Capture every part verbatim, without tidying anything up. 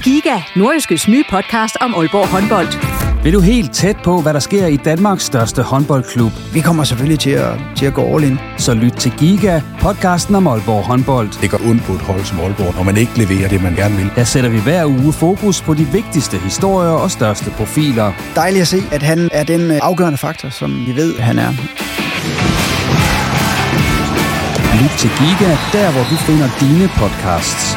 Giga, Nordjyskes nye podcast om Aalborg håndbold. Vil du helt tæt på, hvad der sker i Danmarks største håndboldklub? Vi kommer selvfølgelig til at, til at gå all in. Så lyt til Giga, podcasten om Aalborg håndbold. Det går ondt på et hold som Aalborg, når man ikke leverer det, man gerne vil. Der sætter vi hver uge fokus på de vigtigste historier og største profiler. Dejligt at se, at han er den afgørende faktor, som vi ved, han er. Lyt til Giga, der hvor du finder dine podcasts.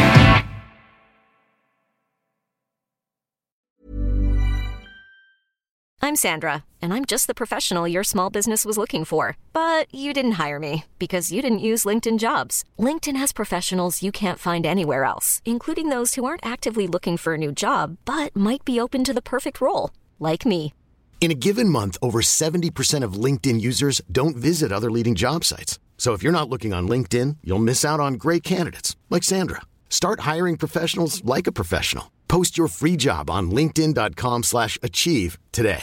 I'm Sandra, and I'm just the professional your small business was looking for. But you didn't hire me because you didn't use LinkedIn Jobs. LinkedIn has professionals you can't find anywhere else, including those who aren't actively looking for a new job, but might be open to the perfect role, like me. In a given month, over seventy percent of LinkedIn users don't visit other leading job sites. So if you're not looking on LinkedIn, you'll miss out on great candidates like Sandra. Start hiring professionals like a professional. Post your free job on linkedin dot com slash achieve today.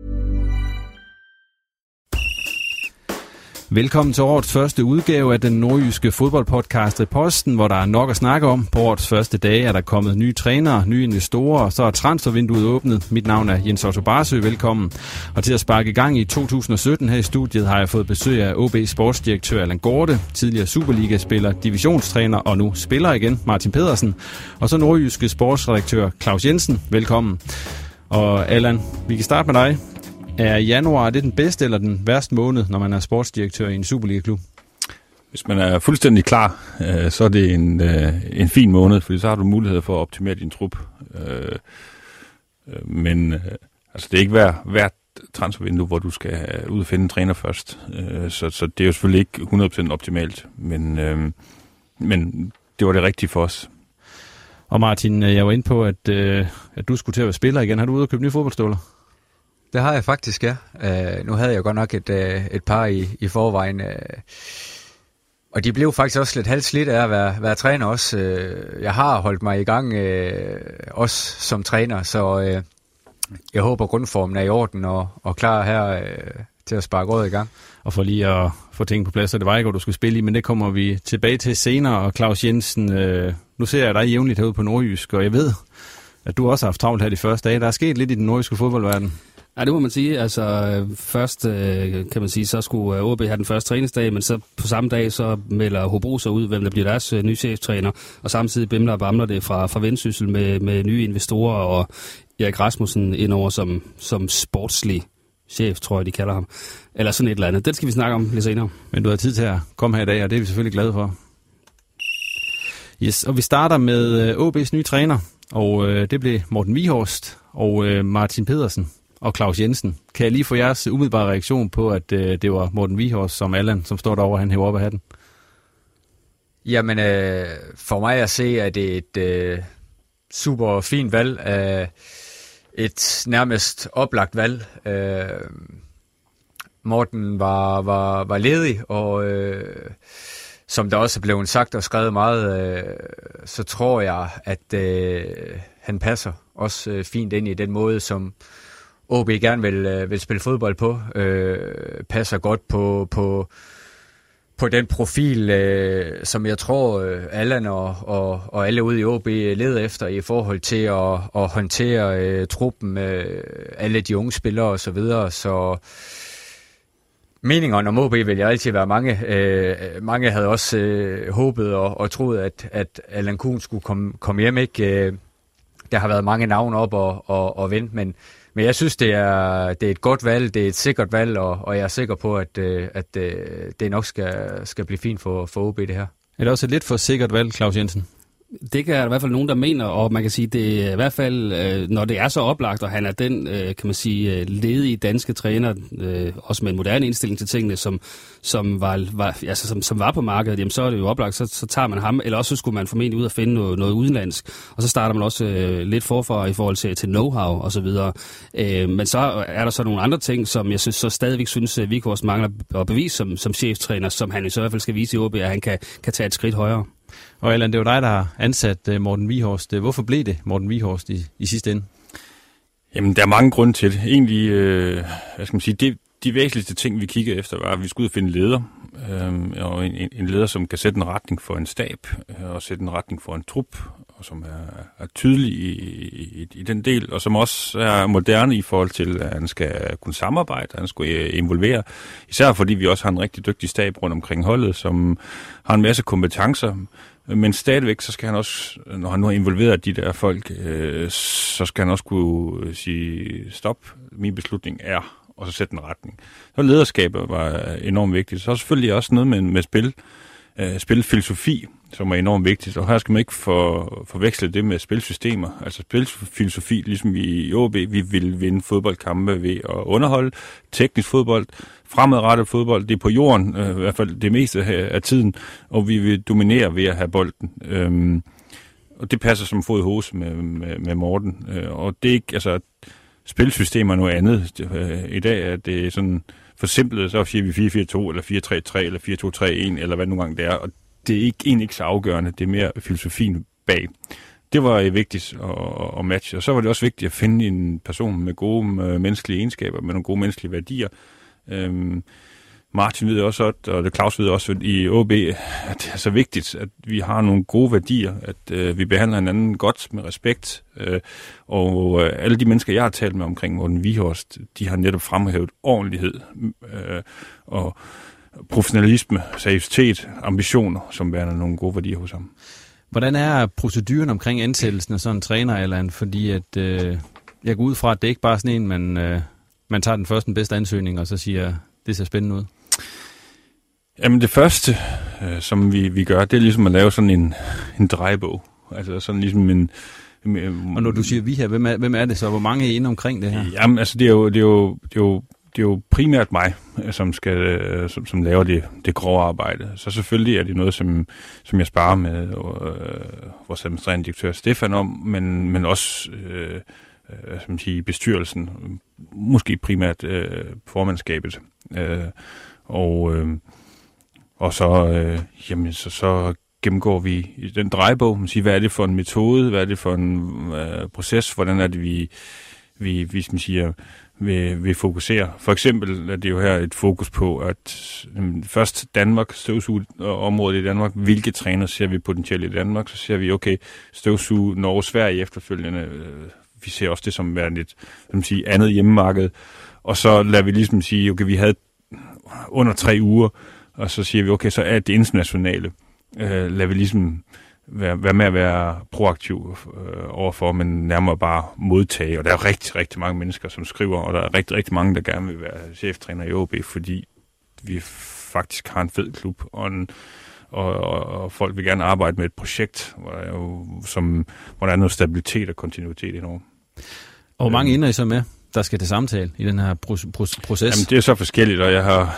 Velkommen til årets første udgave af den nordjyske fodboldpodcast Posten, hvor der er nok at snakke om. På årets første dage er der kommet nye trænere, nye investorer, og så er transfervinduet åbnet. Mit navn er Jens Otto Barsø, velkommen. Og til at sparke i gang i to tusind og sytten her i studiet har jeg fået besøg af O B sportsdirektør Allan Gorte, tidligere Superliga-spiller, divisionstræner og nu spiller igen Martin Pedersen, og så nordjyske sportsredaktør Claus Jensen, velkommen. Og Allan, vi kan starte med dig. Er januar det den bedste eller den værste måned, når man er sportsdirektør i en Superliga-klub? Hvis man er fuldstændig klar, øh, så er det en, øh, en fin måned, for så har du mulighed for at optimere din trup. Øh, øh, men øh, altså, det er ikke hver, hvert transfervindue, hvor du skal ud og finde en træner først. Øh, så, så det er jo selvfølgelig ikke hundrede procent optimalt, men, øh, men det var det rigtige for os. Og Martin, jeg var inde på, at, øh, at du skulle til at være spiller igen. Har du ude og købe nye fodboldstøvler? Det har jeg faktisk, ja. Uh, nu havde jeg godt nok et, uh, et par i, i forvejen. Uh, og de blev faktisk også lidt halvslidt af at være, være træner også. Uh, jeg har holdt mig i gang uh, også som træner, så uh, jeg håber grundformen er i orden og, og klar her uh, til at sparke året i gang. Og for lige at få ting på plads, så det var ikke, hvor du skulle spille i, men det kommer vi tilbage til senere. Og Claus Jensen, uh, nu ser jeg dig jævnligt herude på Nordjysk, og jeg ved, at du også har haft travlt her de første dage. Der er sket lidt i den nordjyske fodboldverden. Ja, det må man sige. Altså først kan man sige, så skulle O B have den første træningsdag, men så på samme dag så melder Hobro sig ud, hvem der bliver deres nye cheftræner, og samtidig bimler og bamler det fra, fra Vendsyssel med, med nye investorer og Erik Rasmussen indover som, som sportslig chef, tror jeg, de kalder ham. Eller sådan et eller andet. Det skal vi snakke om lidt senere. Men du har tid til at komme her i dag, og det er vi selvfølgelig glade for. Yes, og vi starter med O B's nye træner, og øh, det blev Morten Wieghorst og øh, Martin Pedersen og Claus Jensen. Kan jeg lige få jeres umiddelbare reaktion på, at øh, det var Morten Wieghorst som Allan, som står derovre, han hæver op af hatten? Jamen, øh, for mig at se, at det er et øh, super fint valg. Øh, et nærmest oplagt valg. Øh, Morten var, var, var ledig, og øh, som der også er blevet sagt og skrevet meget, øh, så tror jeg, at øh, han passer også øh, fint ind i den måde, som O B gerne vil, øh, vil spille fodbold på. Øh, passer godt på, på, på den profil, øh, som jeg tror, øh, Allan og, og, og alle ude i O B leder efter i forhold til at, at håndtere øh, truppen, øh, alle de unge spillere osv. Så, videre. Så meningerne om O B vil jeg altid være mange. Øh, mange havde også øh, håbet og, og troet, at, at Allan Kuhn skulle komme, komme hjem. Ikke? Øh, der har været mange navne op og, og, og vente, men Men jeg synes, det er, det er et godt valg, det er et sikkert valg, og, og jeg er sikker på, at, at det nok skal, skal blive fint for, for O B, det her. Er det også et lidt for sikkert valg, Claus Jensen? Det kan der i hvert fald nogen, der mener, og man kan sige, det er i hvert fald, når det er så oplagt, og han er den, kan man sige, ledige danske træner, også med en moderne indstilling til tingene, som, som, var, var, altså, som, som var på markedet, jamen så er det jo oplagt, så, så tager man ham, eller også så skulle man formentlig ud og finde noget, noget udenlandsk, og så starter man også øh, lidt forfra i forhold til, til know-how og så videre. Øh, men så er der så nogle andre ting, som jeg synes, så stadigvæk synes, at Wieghorst mangler at bevise som, som cheftræner, som han i så hvert fald skal vise i O B, at han kan, kan tage et skridt højere. Og Allan, det var dig, der har ansat Morten Wieghorst. Hvorfor blev det Morten Wieghorst i, i sidste ende? Jamen, der er mange grunde til det. Egentlig, øh, hvad skal man sige, det, de væsentligste ting, vi kiggede efter, var, at vi skulle ud og finde leder. Øhm, og en, en leder, som kan sætte en retning for en stab, øh, og sætte en retning for en trup, og som er, er tydelig i, i, i den del, og som også er moderne i forhold til, at han skal kunne samarbejde, han skal involvere, især fordi vi også har en rigtig dygtig stab rundt omkring holdet, som har en masse kompetencer, men stadigvæk, så skal han også, når han nu har involveret de der folk, øh, så skal han også kunne sige, stop, min beslutning er, og så sætte en retning. Så lederskabet var enormt vigtigt. Så er selvfølgelig også noget med, med spil, øh, spilfilosofi, som er enormt vigtigt. Og her skal man ikke for, forveksle det med spilsystemer. Altså spilfilosofi, ligesom vi i O B, vi vil vinde fodboldkampe ved at underholde. Teknisk fodbold, fremadrettet fodbold, det er på jorden, øh, i hvert fald det meste af tiden, og vi vil dominere ved at have bolden. Øhm, og det passer som fod i hose med, med, med Morten. Øh, og det er ikke, altså... Spilsystemer er noget andet. I dag er det sådan forsimplet, så siger vi fire fire to, eller fire tre tre, eller fire to tre en, eller hvad nu gang det er. Og det er ikke, egentlig ikke så afgørende. Det er mere filosofien bag. Det var vigtigt at, at matche. Og så var det også vigtigt at finde en person med gode menneskelige egenskaber, med nogle gode menneskelige værdier. Øhm, Martin ved også, og det Claus ved også i O B, at det er så vigtigt, at vi har nogle gode værdier, at øh, vi behandler hinanden godt med respekt. Øh, og øh, alle de mennesker, jeg har talt med omkring Morten Vighorst, de har netop fremhævet ordentlighed øh, og professionalisme, seriøsitet, ambitioner, som værende nogle gode værdier hos ham. Hvordan er proceduren omkring ansættelsen af sådan en træner, Allan? Fordi at, øh, jeg går ud fra, at det ikke bare er sådan en, man, øh, man tager den første den bedste ansøgning, og så siger, det ser spændende ud. Jamen det første, øh, som vi, vi gør, det er ligesom at lave sådan en, en drejebog. Altså sådan ligesom en... en og når du siger vi her, hvem er, hvem er det så? Hvor mange er inde omkring det her? Jamen altså det er jo, det er jo, det er jo, det er jo primært mig, som, skal, som, som laver det, det grove arbejde. Så selvfølgelig er det noget, som, som jeg sparer med øh, vores administrerende direktør Stefan om, men, men også øh, som siger, bestyrelsen, måske primært øh, formandskabet. Øh, og... Øh, Og så, øh, jamen, så, så gennemgår vi i den drejebog, man siger, hvad er det for en metode, hvad er det for en øh, proces, hvordan er det, vi, vi, vi som siger, vil, vil fokusere. For eksempel er det jo her et fokus på, at øh, først Danmark, støvsugeområdet i Danmark, hvilke træner ser vi potentielt i Danmark, så ser vi, okay, støvsuge Norge, Sverige efterfølgende, øh, vi ser også det som værende et som siger, andet hjemmemarked, og så lader vi ligesom sige, okay, vi havde under tre uger, og så siger vi, okay, så er det internationale. Øh, lad vi ligesom være, være med at være proaktiv øh, overfor, men nærmere bare modtage. Og der er rigtig, rigtig mange mennesker, som skriver, og der er rigtig, rigtig mange, der gerne vil være cheftræner i O B, fordi vi faktisk har en fed klub, og, en, og, og, og folk vil gerne arbejde med et projekt, hvor der er, jo, som, hvor der er noget stabilitet og kontinuitet indover. Og hvor mange ender I så med, der skal til samtale i den her proces? Jamen, det er så forskelligt, og jeg har...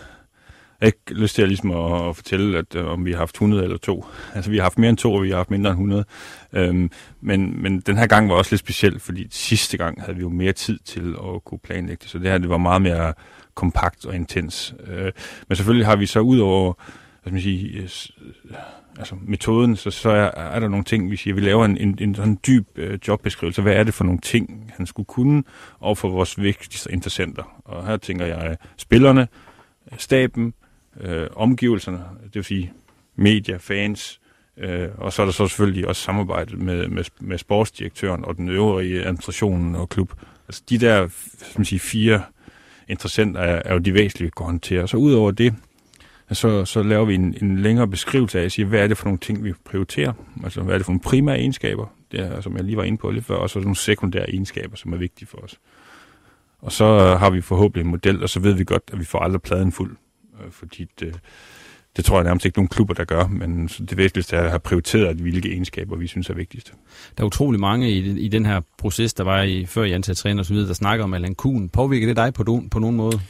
Jeg har ikke lyst til at, ligesom at, at fortælle, at uh, om vi har haft hundrede eller to. Altså, vi har haft mere end to, og vi har haft mindre end hundrede. Øhm, men, men den her gang var også lidt speciel, fordi sidste gang havde vi jo mere tid til at kunne planlægge det. Så det her det var meget mere kompakt og intens. Øh, men selvfølgelig har vi så ud over hvad skal man sige, øh, altså metoden, så, så er, er der nogle ting, vi siger, vi laver en, en, en sådan dyb øh, jobbeskrivelse. Hvad er det for nogle ting, han skulle kunne over for vores vigtigste interessenter? Og her tænker jeg spillerne, staben, Øh, omgivelserne, det vil sige medier, fans, øh, og så er der så selvfølgelig også samarbejdet med, med, med sportsdirektøren og den øvrige administrationen og klub. Altså de der som man siger, fire interessenter er, er jo de væsentlige, vi går håndtere. Så udover det, så, så laver vi en, en længere beskrivelse af at sige, hvad er det for nogle ting, vi prioriterer? Altså hvad er det for nogle primære egenskaber, det er, som jeg lige var inde på lidt før, og så nogle sekundære egenskaber, som er vigtige for os. Og så øh, har vi forhåbentlig en model, og så ved vi godt, at vi får aldrig pladen fuld. Fordi det, det tror jeg nærmest ikke nogen klubber, der gør, men det vigtigste er at have prioriteret, hvilke egenskaber vi synes er vigtigst. Der er utrolig mange i, i den her proces, der var i, før I ansatte træner og så videre, der snakker om Allan Kuhn. Påvirker det dig på, do, på nogen måde?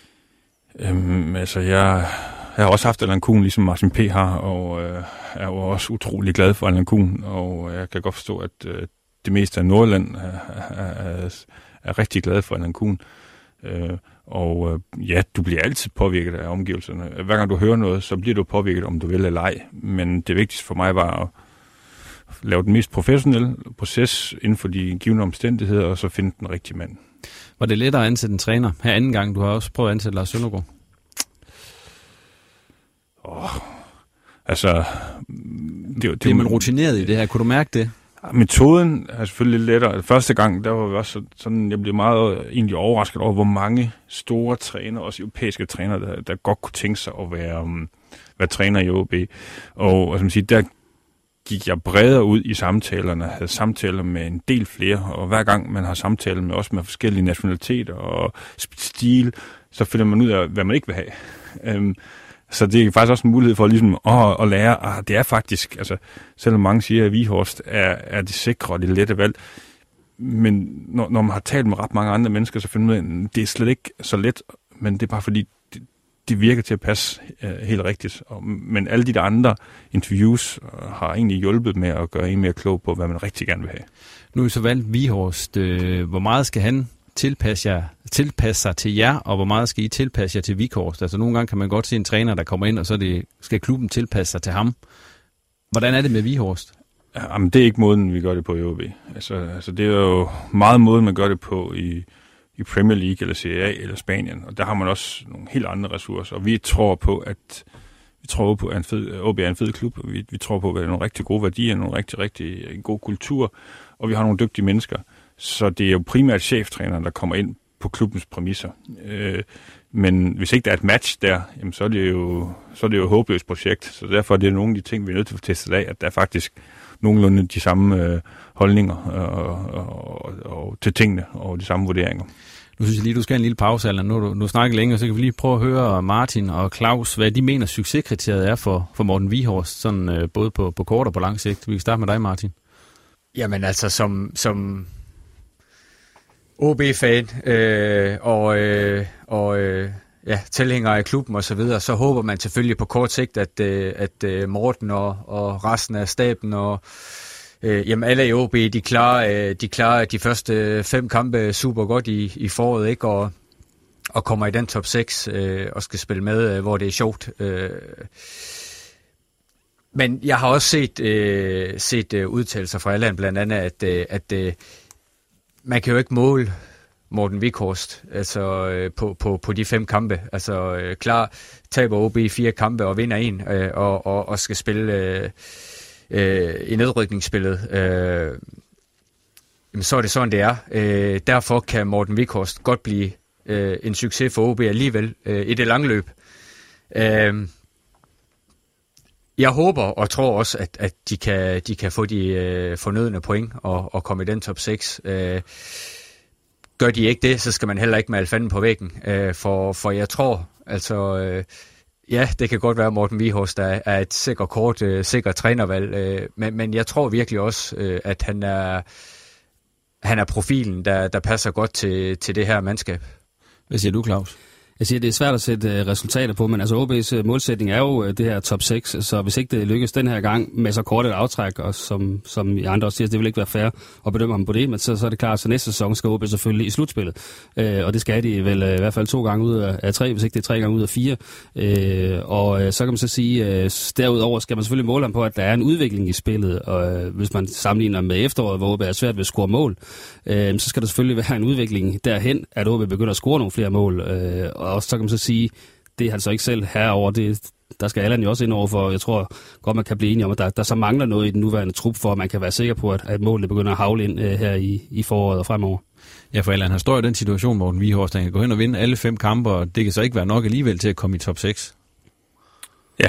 Øhm, altså, jeg, jeg har også haft Allan Kuhn, ligesom Martin P. har, og øh, er jo også utrolig glad for Allan Kuhn, og jeg kan godt forstå, at øh, det meste af Nordland er, er, er, er rigtig glad for Allan Kuhn. Øh, og øh, ja, du bliver altid påvirket af omgivelserne. Hver gang du hører noget, så bliver du påvirket, om du vil eller ej. Men det vigtigste for mig var at lave den mest professionelle proces inden for de givne omstændigheder, og så finde den rigtige mand. Var det lettere at ansætte en træner her anden gang? Du har også prøvet at ansætte Lars Søndergaard. Åh, altså... Det, det, det er man rutineret i det her. Kunne du mærke det? Metoden er selvfølgelig lidt lettere. Første gang, der var vi også sådan, jeg blev meget egentlig overrasket over, hvor mange store trænere, også europæiske trænere, der, der godt kunne tænke sig at være, um, være træner i O B. Og, og som siger, der gik jeg bredere ud i samtalerne, havde samtaler med en del flere, og hver gang man har samtaler med, også med forskellige nationaliteter og stil, så finder man ud af, hvad man ikke vil have. Um, Så det er faktisk også en mulighed for ligesom at, at lære, at det er faktisk, altså selvom mange siger, at Vighorst er, er det sikre og det lette valg, men når, når man har talt med ret mange andre mennesker, så finder man ud af, at det er slet ikke så let, men det er bare fordi, det, det virker til at passe uh, helt rigtigt. Og, men alle de der andre interviews uh, har egentlig hjulpet med at gøre en mere klog på, hvad man rigtig gerne vil have. Nu er så valgt Vighorst. Øh, hvor meget skal han tilpasse, jer, tilpasse sig til jer, og hvor meget skal I tilpasse jer til Vighorst? Altså nogle gange kan man godt se en træner, der kommer ind, og så det, skal klubben tilpasse sig til ham. Hvordan er det med Vighorst? Jamen, det er ikke måden, vi gør det på i O B. Altså, altså det er jo meget måden, man gør det på i, i Premier League, eller Serie A, eller Spanien. Og der har man også nogle helt andre ressourcer. Og vi tror på, at vi tror på, at en fed, O B er en fed klub. Og vi, vi tror på, at det er nogle rigtig gode værdier, nogle rigtig, rigtig en god kultur. Og vi har nogle dygtige mennesker. Så det er jo primært cheftræneren, der kommer ind på klubbens præmisser. Øh, men hvis ikke der er et match der, jamen, så er det jo så er det jo et håbløst projekt. Så derfor er det nogle af de ting, vi er nødt til at teste af, at der er faktisk nogenlunde de samme øh, holdninger og, og, og, og til tingene og de samme vurderinger. Nu synes jeg lige, du skal have en lille pause, eller nu du nu snakker længe, så kan vi lige prøve at høre Martin og Claus, hvad de mener succeskriteriet er for, for Morten Vighorst, sådan øh, både på, på kort og på lang sigt. Vi kan starte med dig, Martin. Jamen altså, som... som O B-fan øh, og, øh, og øh, ja, tilhængere af klubben og så videre, så håber man selvfølgelig på kort sigt, at, øh, at øh, Morten og, og resten af staben og øh, jamen alle i O B, de klarer, øh, de klarer de første fem kampe super godt i, i foråret, ikke? Og, og kommer i den top seks øh, og skal spille med, øh, hvor det er sjovt. Øh. Men jeg har også set, øh, set øh, udtalelser fra Allan, blandt andet, at, øh, at øh, man kan jo ikke måle Morten Vighorst altså, øh, på, på, på de fem kampe. Altså øh, klar, taber O B fire kampe og vinder en, øh, og, og, og skal spille øh, øh, i nedrykningsspillet. Øh, jamen, så er det sådan, det er. Øh, derfor kan Morten Vighorst godt blive øh, en succes for O B alligevel øh, i det lange løb. Øh, Jeg håber og tror også, at, at de, kan, de kan få de øh, fornødne point og, og komme i den top seks. Øh, gør de ikke det, så skal man heller ikke male fanden på væggen. Øh, for, for jeg tror, altså, øh, ja, det kan godt være, at Morten Vighorst er, er et sikkert kort, øh, sikkert trænervalg. Øh, men, men jeg tror virkelig også, øh, at han er, han er profilen, der, der passer godt til, til det her mandskab. Hvad siger du, Claus? Jeg siger, det er svært at sætte uh, resultater på, men altså O B's uh, målsætning er jo uh, det her top seks, så hvis ikke det lykkes den her gang med så kort et aftræk, og som, som I andre også siger, det vil ikke være fair at bedømme ham på det, men så, så er det klart, så næste sæson skal O B selvfølgelig i slutspillet, uh, og det skal de vel uh, i hvert fald to gange ud af, af tre, hvis ikke det er tre gange ud af fire, uh, og uh, så kan man så sige, uh, derudover skal man selvfølgelig måle ham på, at der er en udvikling i spillet, og uh, hvis man sammenligner med efteråret, hvor O B er svært ved at score mål, uh, så skal der selvfølgelig være en udvikling derhen, at O B begynder at score nogle flere mål, uh, og så kan man så sige, det er han så ikke selv herover. Det, der skal Allan jo også ind over, for jeg tror godt, man kan blive enige om, at der, der så mangler noget i den nuværende trup, for at man kan være sikker på, at, at målet begynder at havle ind uh, her i, i foråret og fremover. Ja, for Allan, han står i den situation, hvor den Vighorst kan gå hen og vinde alle fem kampe, og det kan så ikke være nok alligevel til at komme i top seks. Ja.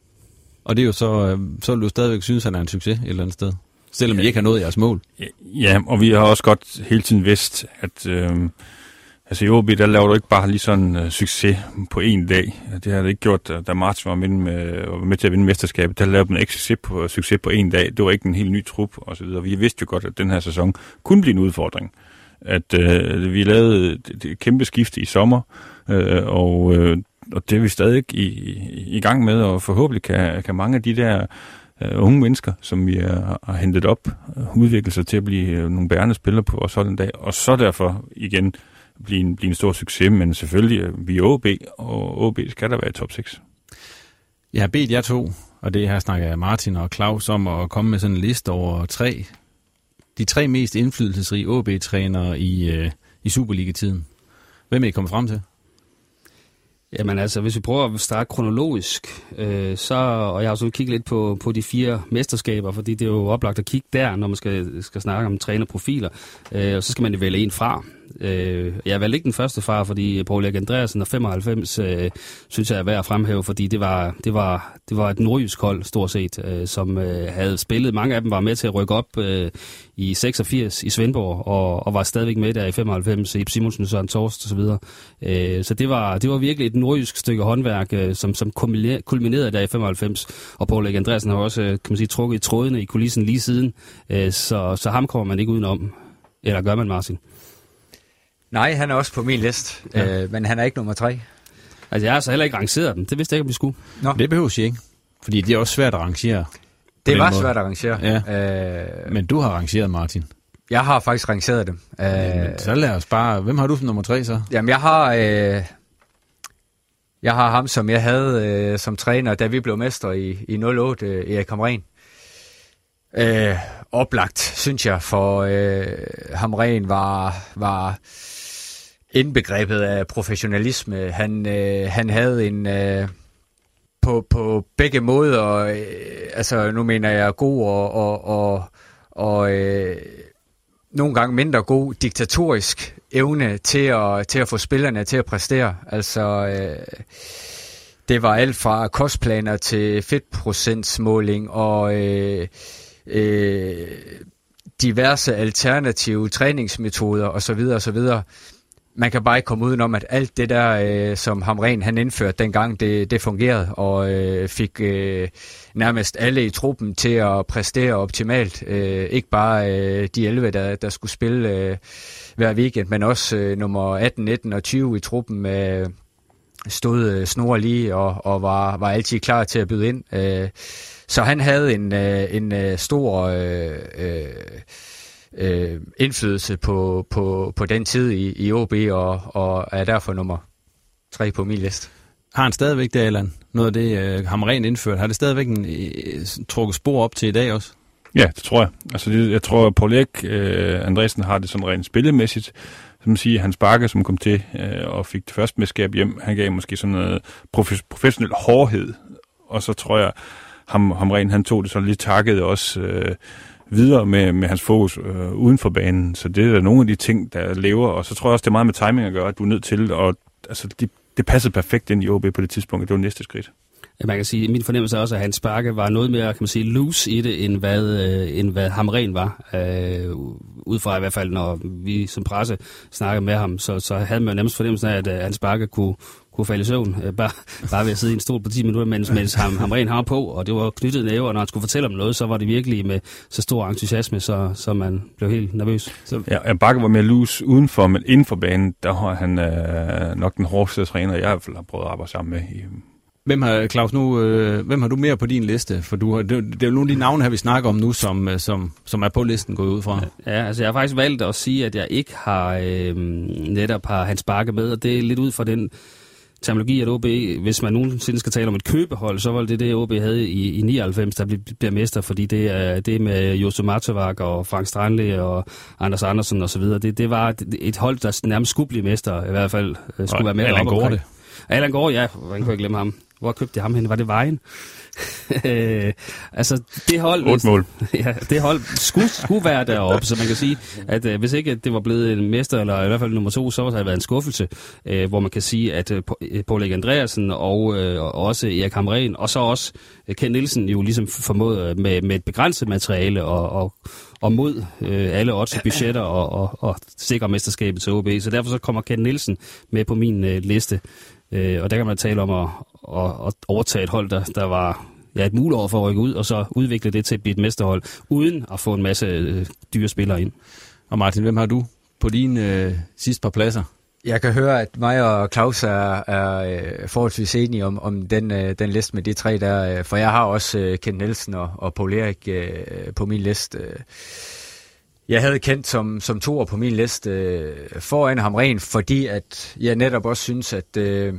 Og det er jo så, så vil du stadigvæk synes, at han er en succes et eller andet sted, selvom ja. I ikke har nået jeres mål. Ja, og vi har også godt hele tiden vidst, at øh, altså i O B, der laver du ikke bare lige sådan uh, succes på en dag. Det har det ikke gjort, da Martin var med, med, var med til at vinde mesterskabet. Der lavede man ikke succes på, succes på en dag. Det var ikke en helt ny trup og så videre. Vi vidste jo godt, at den her sæson kunne blive en udfordring. At uh, vi lavede et, et kæmpe skifte i sommer, uh, og, uh, og det er vi stadig i, i, i gang med, og forhåbentlig kan, kan mange af de der uh, unge mennesker, som vi har, har hentet op, uh, udvikle sig til at blive uh, nogle bærende spillere på vores hold en dag, og så derfor igen blive en, blive en stor succes, men selvfølgelig vi er O B, og O B skal der være i top seks. Jeg har bedt jer to, og det her snakker jeg Martin og Claus om, at komme med sådan en liste over tre, de tre mest indflydelsesrige O B-trænere i, øh, i Superliga-tiden. Hvem er I kommet frem til? Jamen altså, hvis vi prøver at starte kronologisk, øh, så, og jeg har så kigget lidt på, på de fire mesterskaber, fordi det er jo oplagt at kigge der, når man skal, skal snakke om trænerprofiler, øh, og så skal man jo vælge en fra. Øh, jeg valgte ikke den første fra, fordi Poul Erik Andreasen og femoghalvfems øh, synes jeg er værd at fremhæve, fordi det var, det var, det var et nordjysk hold stort set, øh, som øh, havde spillet. Mange af dem var med til at rykke op øh, i seksogfirs i Svendborg, og, og var stadigvæk med der i femoghalvfems, Ib Simonsen, Søren Torst osv. Øh, så det var, det var virkelig et nordjysk stykke håndværk, øh, som, som kulminerede der i femoghalvfems, og Poul Erik Andreasen har også kan man sige, trukket i trådene i kulissen lige siden, øh, så, så ham kommer man ikke udenom. Eller gør man, Martin? Nej, han er også på min liste, ja. øh, men han er ikke nummer tre. Altså, jeg har så heller ikke rangeret dem. Det vidste jeg ikke, om vi skulle. Nå. Det behøver jeg ikke, fordi det er også svært at rangere. Det var svært at rangere. Ja. Øh, men du har rangeret, Martin. Jeg har faktisk rangeret dem. Øh, men så lad os bare... Hvem har du som nummer tre, så? Jamen, jeg har... Øh, jeg har ham, som jeg havde øh, som træner, da vi blev mester i, i nul otte, øh, Erik Hamrén. Øh, oplagt, synes jeg, for øh, Hamrén var, var indbegrebet af professionalisme. Han, øh, han havde en øh, på, på begge måder, øh, altså nu mener jeg god og, og, og, og øh, nogle gange mindre god diktatorisk evne til at, til at få spillerne til at præstere. Altså øh, det var alt fra kostplaner til fedtprocentsmåling og øh, Øh, diverse alternative træningsmetoder osv. osv. Man kan bare ikke komme udenom, at alt det der, øh, som Hamrén han indførte dengang, det, det fungerede, og øh, fik øh, nærmest alle i truppen til at præstere optimalt. Øh, ikke bare øh, de elleve, der, der skulle spille øh, hver weekend, men også øh, nummer atten, nitten og tyve i truppen øh, stod øh, snor lige og, og var, var altid klar til at byde ind. Øh, Så han havde en, en stor øh, øh, indflydelse på, på, på den tid i, i O B, og, og er derfor nummer tre på min liste. Har han stadigvæk det, eller noget af det, øh, Hamrén indført? Har det stadigvæk en, øh, trukket spor op til i dag også? Ja, det tror jeg. Altså, det, jeg tror, at Poul Erik øh, Andreasen har det sådan rent spillemæssigt. Som siger, Hans Bakke, som kom til øh, og fik det første mesterskab hjem, han gav måske sådan noget prof- professionel hårdhed. Og så tror jeg, Ham, Hamrén, han tog det sådan lidt takket også øh, videre med, med hans fokus øh, uden for banen. Så det er nogle af de ting, der lever. Og så tror jeg også, det er meget med timing at gøre, at du er nødt til. Og altså, det, det passede perfekt ind i O B på det tidspunkt. Det var næste skridt. Ja, man kan sige, min fornemmelse er også, at Hans Bakke var noget mere, kan man sige, loose i det, end hvad, øh, end hvad Hamrén var. Øh, ud fra i hvert fald, når vi som presse snakkede med ham, så, så havde man jo nemmest fornemmelsen af, at uh, Hans Bakke kunne, kunne falde i søvn, uh, bare, bare ved at sidde i en stol på ti minutter, mens, mens ham, Hamrén har på, og det var knyttet næve, og når han skulle fortælle om noget, så var det virkelig med så stor entusiasme, så, så man blev helt nervøs. Så. Ja, Bakke var mere loose udenfor, men inden for banen, der har han øh, nok den hårdeste træner, jeg i hvert fald har prøvet at arbejde sammen med i. Hvem har, Claus, nu, øh, hvem har du mere på din liste? For du har, det, det er jo nogle af de navne her, vi snakker om nu, som, som, som er på listen gået ud fra. Ja, altså jeg har faktisk valgt at sige, at jeg ikke har øh, netop har Hans Bakke med, og det er lidt ud fra den terminologi, at O B, hvis man nogensinde skal tale om et købehold, så var det det, O B havde i, i nioghalvfems, der bliver mester, fordi det er det med Jose Martovak og Frank Strandli og Anders Andersen osv. Det, det var et hold, der nærmest skulle blive mester, i hvert fald skulle og være med Allan op omkring. Allan Gård, ja, hvordan kunne jeg glemme ham? Hvor købte jeg ham hen? Var det Vejen? altså, det hold... otte mål. Ja, det hold skulle, skulle være deroppe, så man kan sige, at øh, hvis ikke det var blevet en mester, eller i hvert fald nummer to, så har det været en skuffelse, øh, hvor man kan sige, at øh, Poul Erik Andreasen og, øh, og også Erik Hamrén, og så også øh, Ken Nielsen jo ligesom formået med, med et begrænset materiale og, og, og mod øh, alle odds og budgetter og, og, og sikre mesterskabet til O B. Så derfor så kommer Ken Nielsen med på min øh, liste. Øh, og der kan man tale om at, at, at overtage et hold, der, der var ja, et mulighed for at rykke ud, og så udvikle det til at blive et mesterhold, uden at få en masse øh, dyre spillere ind. Og Martin, hvem har du på dine øh, sidste par pladser? Jeg kan høre, at mig og Claus er, er øh, forholdsvis enige om, om den, øh, den liste med de tre der, øh, for jeg har også øh, Ken Nielsen og, og Poul Erik øh, på min liste. Jeg havde kendt som, som toer på min liste øh, foran Hamrén, fordi at jeg netop også synes, at øh,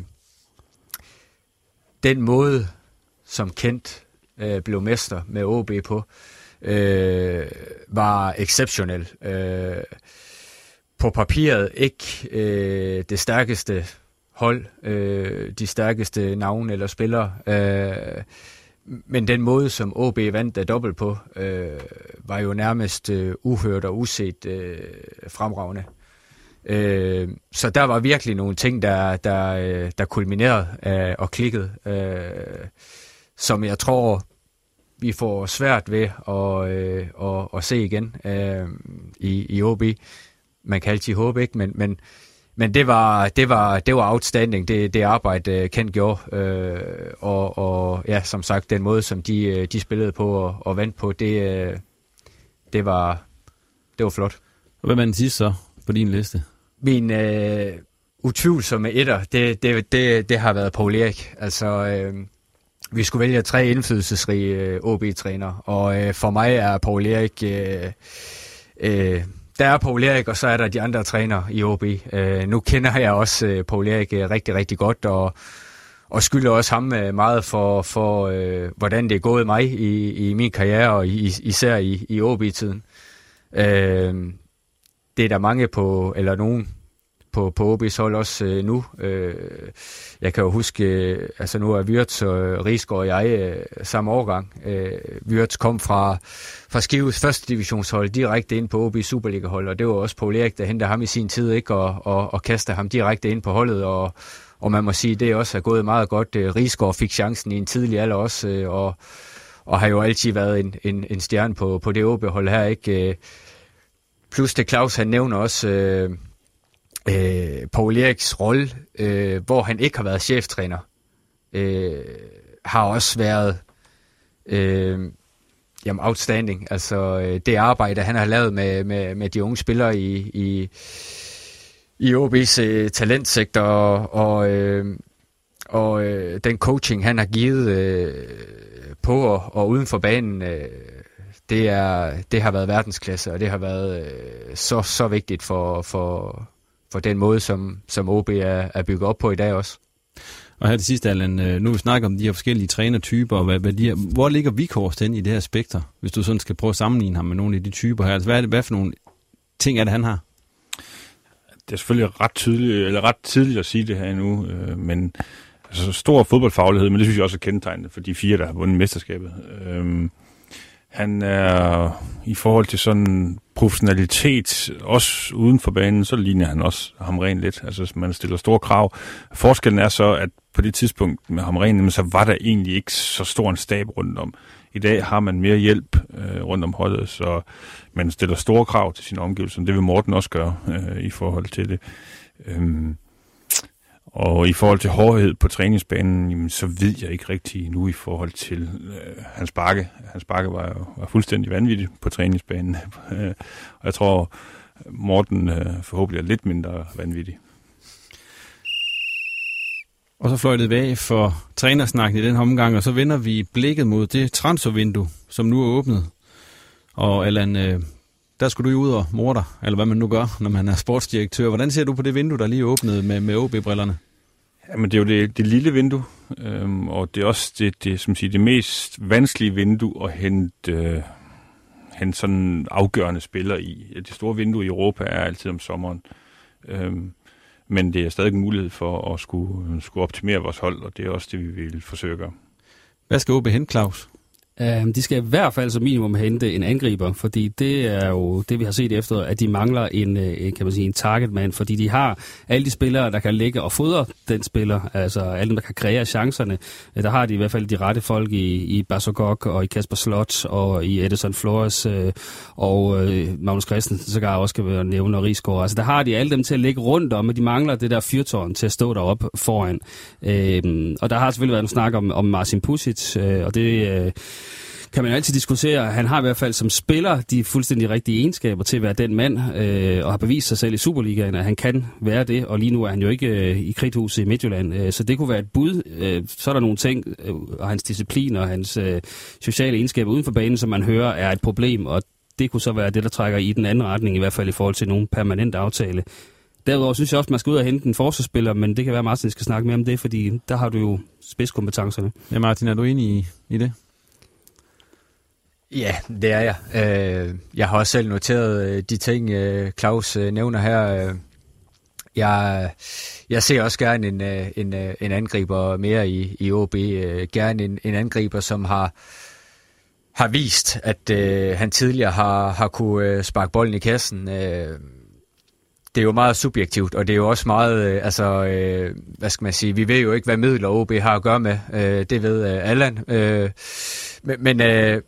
den måde, som Kent øh, blev mester med O B på, øh, var exceptionel. Øh, på papiret ikke øh, det stærkeste hold, øh, de stærkeste navne eller spillere, øh, men den måde, som O B vandt der dobbelt på, øh, var jo nærmest øh, uhørt og uset øh, fremragende. Øh, så der var virkelig nogle ting, der, der, der kulminerede øh, og klikkede, øh, som jeg tror, vi får svært ved at, øh, at, at se igen øh, i, i O B. Man kan altid håbe, ikke? Men, men, men det, var, det, var, det var outstanding, det, det arbejde Kent gjorde. Øh, og, og ja, som sagt, den måde, som de, de spillede på og, og vandt på, det, det, var, det var flot. Og hvad var den sidste så på din liste? Min øh, utvivlsomme etter, det, det, det, det har været Poul Erik. Altså, øh, vi skulle vælge tre indflydelsesrige øh, O B-trænere, og øh, for mig er Poul Erik... Øh, øh, der er Poul Erik, og så er der de andre trænere i O B. Øh, nu kender jeg også øh, Poul Erik øh, rigtig, rigtig godt, og, og skylder også ham øh, meget for, for øh, hvordan det er gået mig i, i min karriere, og i, især i, i O B-tiden. Øh, det er der mange på, eller nogen på, på O B's hold også øh, nu. Øh, jeg kan jo huske, øh, altså nu er Wirtz og Rigsgaard og jeg øh, samme årgang. Øh, Wirtz kom fra, fra Skives første divisionshold direkte ind på O B's Superliga-hold, og det var også Poul Erik, der hentede ham i sin tid, ikke, og, og, og kastede ham direkte ind på holdet, og, og man må sige, det også er gået meget godt. Rigsgaard fik chancen i en tidlig alder også, øh, og, og har jo altid været en, en, en stjerne på, på det O B-hold her, ikke? Plus det Claus, han nævner også øh, øh, Poul Eriks rolle, øh, hvor han ikke har været cheftræner, øh, har også været øh, jamen outstanding. Altså øh, det arbejde, han har lavet med, med, med de unge spillere i, i, i O B's øh, talentsektor, og, og, øh, og øh, den coaching, han har givet øh, på og, og uden for banen, øh, Det, er, det har været verdensklasse, og det har været øh, så, så vigtigt for, for, for den måde, som, som O B er, er bygget op på i dag også. Og her til sidst, Allan, nu vil vi snakke om de her forskellige trænertyper, og hvad, hvad de her, hvor ligger Weghorst hen i det her spekter, hvis du sådan skal prøve at sammenligne ham med nogle af de typer her? Altså, hvad, er det, hvad for nogle ting er det, han har? Det er selvfølgelig ret tydeligt, eller ret tidligt at sige det her endnu, øh, men altså, stor fodboldfaglighed, men det synes jeg også er kendetegnende for de fire, der har vundet mesterskabet. Øh, Han er i forhold til sådan professionalitet, også uden for banen, så ligner han også Hamrén lidt. Altså man stiller store krav. Forskellen er så, at på det tidspunkt med Hamrén, så var der egentlig ikke så stor en stab rundt om. I dag har man mere hjælp øh, rundt om holdet, så man stiller store krav til sine omgivelser. Det vil Morten også gøre øh, i forhold til det. Øhm, Og i forhold til hårdhed på træningsbanen, jamen, så ved jeg ikke rigtig nu i forhold til øh, Hans Bakke. Hans Bakke var jo var fuldstændig vanvittig på træningsbanen. Og jeg tror, Morten øh, forhåbentlig er lidt mindre vanvittig. Og så fløjtede vi af for trænersnakken i den her omgang, og så vender vi blikket mod det transfervindue, som nu er åbnet. Og Allan, øh, der skulle du jo ud og morde dig, eller hvad man nu gør, når man er sportsdirektør. Hvordan ser du på det vindue, der lige er åbnet med, med O B-brillerne? Jamen, det er jo det, det lille vindue, øhm, og det er også det, det, som siger, det mest vanskelige vindue at hente, øh, hente sådan afgørende spillere i. Det store vindue i Europa er altid om sommeren, øhm, men det er stadig en mulighed for at skulle, skulle optimere vores hold, og det er også det, vi vil forsøge at gøre. Hvad skal O B hente, Claus? Uh, de skal i hvert fald som minimum hente en angriber, fordi det er jo det, vi har set efter, at de mangler en, kan man sige, en targetman, fordi de har alle de spillere, der kan ligge og fodre den spiller, altså alle dem, der kan kreere chancerne. Der har de i hvert fald de rette folk i, i Basogok og i Kasper Slot og i Edison Flores øh, og øh, Magnus Christensen, sågar også skal være nævne og Rigsgaard. Altså der har de alle dem til at ligge rundt om, men de mangler det der fyrtårn til at stå deroppe foran. Øh, og der har selvfølgelig været en snak om, om Marcin Pusic, øh, og det øh, kan man altid diskutere. Han har i hvert fald som spiller de fuldstændig rigtige egenskaber til at være den mand, øh, og har bevist sig selv i Superligaen, at han kan være det, og lige nu er han jo ikke øh, i Kridthuset i Midtjylland, øh, så det kunne være et bud. Øh, så er der nogle ting, øh, og hans disciplin og hans øh, sociale egenskaber uden for banen, som man hører er et problem, og det kunne så være det, der trækker i den anden retning, i hvert fald i forhold til nogen permanent aftale. Derudover synes jeg også, man skal ud og hente en forsvarsspiller, men det kan være, Martin skal snakke mere om det, fordi der har du jo spidskompetencerne. Ja, Martin, er du enig i, i det? Ja, det er jeg. Øh, jeg har også selv noteret øh, de ting, øh, Claus øh, nævner her. Øh, jeg, jeg ser også gerne en, øh, en, øh, en angriber mere i, i O B. Øh, gerne en, en angriber, som har, har vist, at øh, han tidligere har, har kunne øh, sparke bolden i kassen. Øh, det er jo meget subjektivt, og det er jo også meget, øh, altså, øh, hvad skal man sige, vi ved jo ikke, hvad midler O B har at gøre med. Øh, det ved øh, Allan. Øh, men... men øh,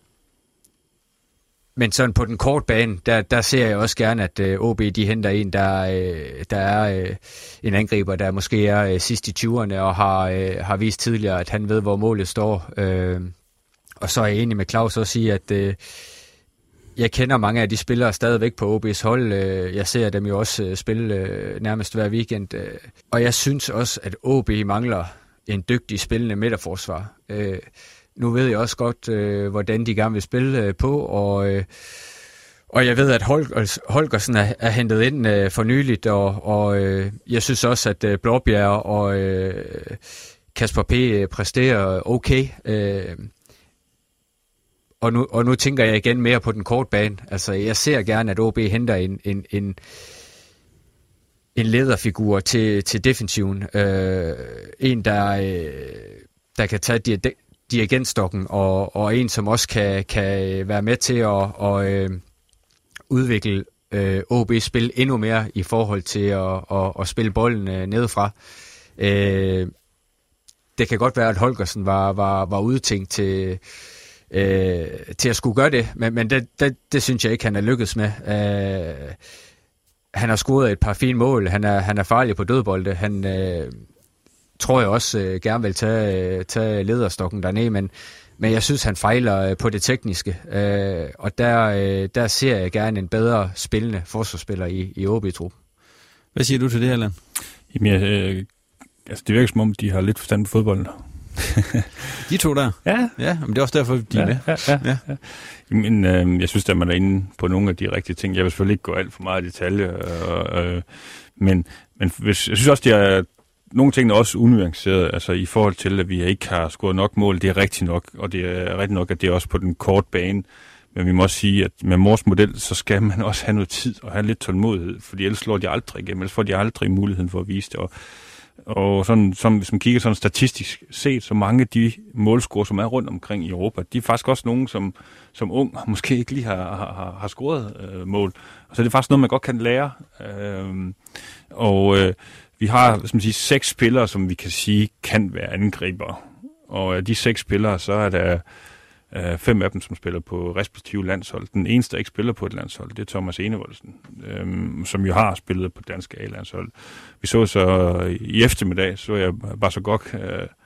Men sådan på den korte bane, der, der ser jeg også gerne, at øh, O B de henter en, der, øh, der er øh, en angriber, der måske er øh, sidst i tyverne og har, øh, har vist tidligere, at han ved, hvor målet står. Øh, og så er jeg enig med Claus også i, at øh, jeg kender mange af de spillere stadigvæk på O B's hold. Øh, jeg ser dem jo også øh, spille øh, nærmest hver weekend. Øh, og jeg synes også, at O B mangler en dygtig spillende midterforsvar. Øh, Nu ved jeg også godt, øh, hvordan de gerne vil spille øh, på, og, øh, og jeg ved, at Holger, Holgersen er, er hentet ind øh, for nyligt, og, og øh, jeg synes også, at øh, Blåbjerg og øh, Kasper P. Øh, præsterer okay. Øh, og, nu, og nu tænker jeg igen mere på den korte bane. Altså, jeg ser gerne, at O B henter en, en, en, en lederfigur til, til defensiven. Øh, en, der, øh, der kan tage de dirigentstokken, og, og en, som også kan, kan være med til at og, øh, udvikle øh, O B's spil endnu mere i forhold til at, at, at spille bolden øh, nedefra. Øh, det kan godt være, at Holgersen var, var, var udtænkt til, øh, til at skulle gøre det, men, men det, det, det synes jeg ikke, han er lykkedes med. Øh, han har scoret et par fine mål, han er, han er farlig på dødbolde, han... Øh, tror jeg også øh, gerne vil tage, tage lederstokken dernede, men, men jeg synes, han fejler øh, på det tekniske, øh, og der, øh, der ser jeg gerne en bedre spillende forsvarsspiller i, i O B-truppen. Hvad siger du til det her, Allan? Jamen, jeg, øh, altså, det virker som om, de har lidt forstand på fodbolden. De to der? Ja. Ja, men det er også derfor, de ja, er med. Ja, ja, ja. ja. Men øh, jeg synes, at man er inde på nogle af de rigtige ting. Jeg vil selvfølgelig ikke gå alt for meget i detaljer, øh, øh, men, men hvis, jeg synes også, de er nogle ting er også unuanceret, altså i forhold til, at vi ikke har scoret nok mål, det er rigtigt nok, og det er rigtigt nok, at det er også på den korte bane. Men vi må også sige, at med Mors model, så skal man også have noget tid og have lidt tålmodighed, fordi ellers slår de aldrig igennem, ellers får de aldrig muligheden for at vise det. Og, og sådan, som, hvis man kigger sådan statistisk set, så mange af de målscorer, som er rundt omkring i Europa, de er faktisk også nogen, som, som ung måske ikke lige har, har, har scoret øh, mål. Og så er det faktisk noget, man godt kan lære. Øh, og øh, vi har, hvad skal man sige, seks spillere, som vi kan sige kan være angribere. Og af de seks spillere, så er der øh, fem af dem, som spiller på respektive landshold. Den eneste, der ikke spiller på et landshold, det er Thomas Enevoldsen, øh, som jo har spillet på danske A-landshold. Vi så så i eftermiddag, så jeg bare så godt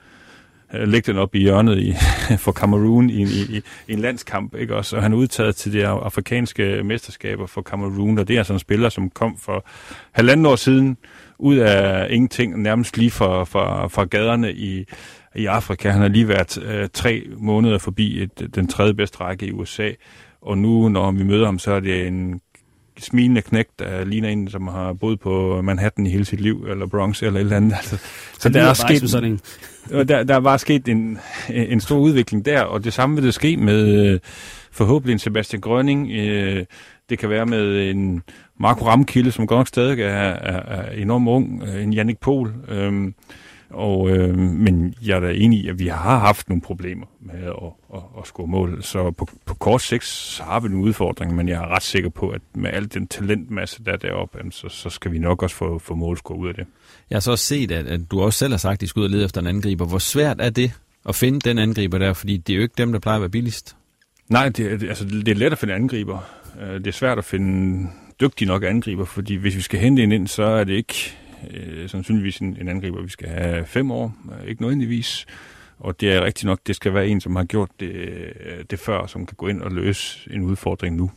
øh, lægge den op i hjørnet i, for Cameroon i, i, i en landskamp, ikke også? Og han er udtaget til de afrikanske mesterskaber for Cameroon, og det er sådan en spiller, som kom for halvanden år siden, ud af ingenting, nærmest lige fra, fra, fra gaderne i, i Afrika. Han har lige været øh, tre måneder forbi et, den tredje bedste række i U S A, og nu, når vi møder ham, så er det en smilende knægt, der ligner en, som har boet på Manhattan i hele sit liv, eller Bronx, eller et eller andet. Altså, så der er, sket, der, der er bare sket en, en stor udvikling der, og det samme vil det ske med forhåbentlig en Sebastian Grønning. Det kan være med en Marco Ramkilde, som godt nok stadig er, er, er enormt ung, en Jannik Pohl. Øhm, og, øh, men jeg er da enig i, at vi har haft nogle problemer med at, at, at score mål. Så på, på kort sigt så har vi nogle udfordringer, men jeg er ret sikker på, at med al den talentmasse, der er deroppe, så, så skal vi nok også få, få målscore ud af det. Jeg har så også set, at, at du også selv har sagt, at de skal ud og lede efter en angriber. Hvor svært er det at finde den angriber der? Fordi det er jo ikke dem, der plejer at være billigst. Nej, det, altså, det er let at finde angriber. Det er svært at finde dygtige nok angriber, fordi hvis vi skal hente en ind, så er det ikke øh, sandsynligvis en, en angriber, vi skal have fem år, ikke nødvendigvis. Og det er rigtigt nok, det skal være en, som har gjort det, det før, som kan gå ind og løse en udfordring nu.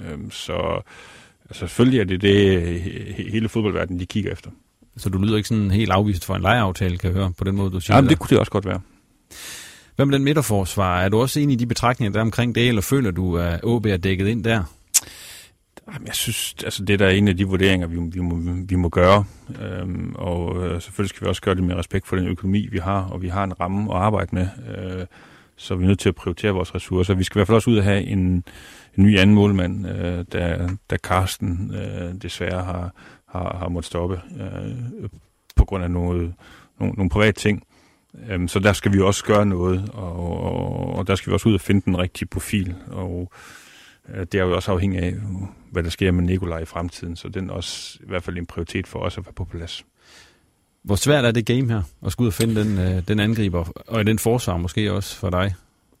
Så altså, selvfølgelig er det det, hele fodboldverdenen de kigger efter. Så du lyder ikke sådan helt afvist for en lejeaftale, kan jeg høre, på den måde, du siger? Jamen, det kunne det også godt være. Hvad med den midterforsvar? Er du også enig i de betragtninger, der omkring det, eller føler du, at O B er dækket ind der? Jamen, jeg synes, altså det der er en af de vurderinger, vi, vi, må, vi må gøre. Øhm, og øh, selvfølgelig skal vi også gøre det med respekt for den økonomi, vi har, og vi har en ramme at arbejde med. Øh, så vi er nødt til at prioritere vores ressourcer. Vi skal i hvert fald også ud og have en, en ny anden målmand, øh, da, da Carsten øh, desværre har, har, har måttet stoppe øh, på grund af noget, nogle, nogle private ting. Um, så der skal vi også gøre noget, og, og, og der skal vi også ud og finde den rigtige profil, og uh, det er jo også afhængigt af, hvad der sker med Nikolaj i fremtiden, så den er også i hvert fald en prioritet for os at være på plads. Hvor svært er det game her, at skulle ud og finde den, uh, den angriber, og den forsvar måske også for dig?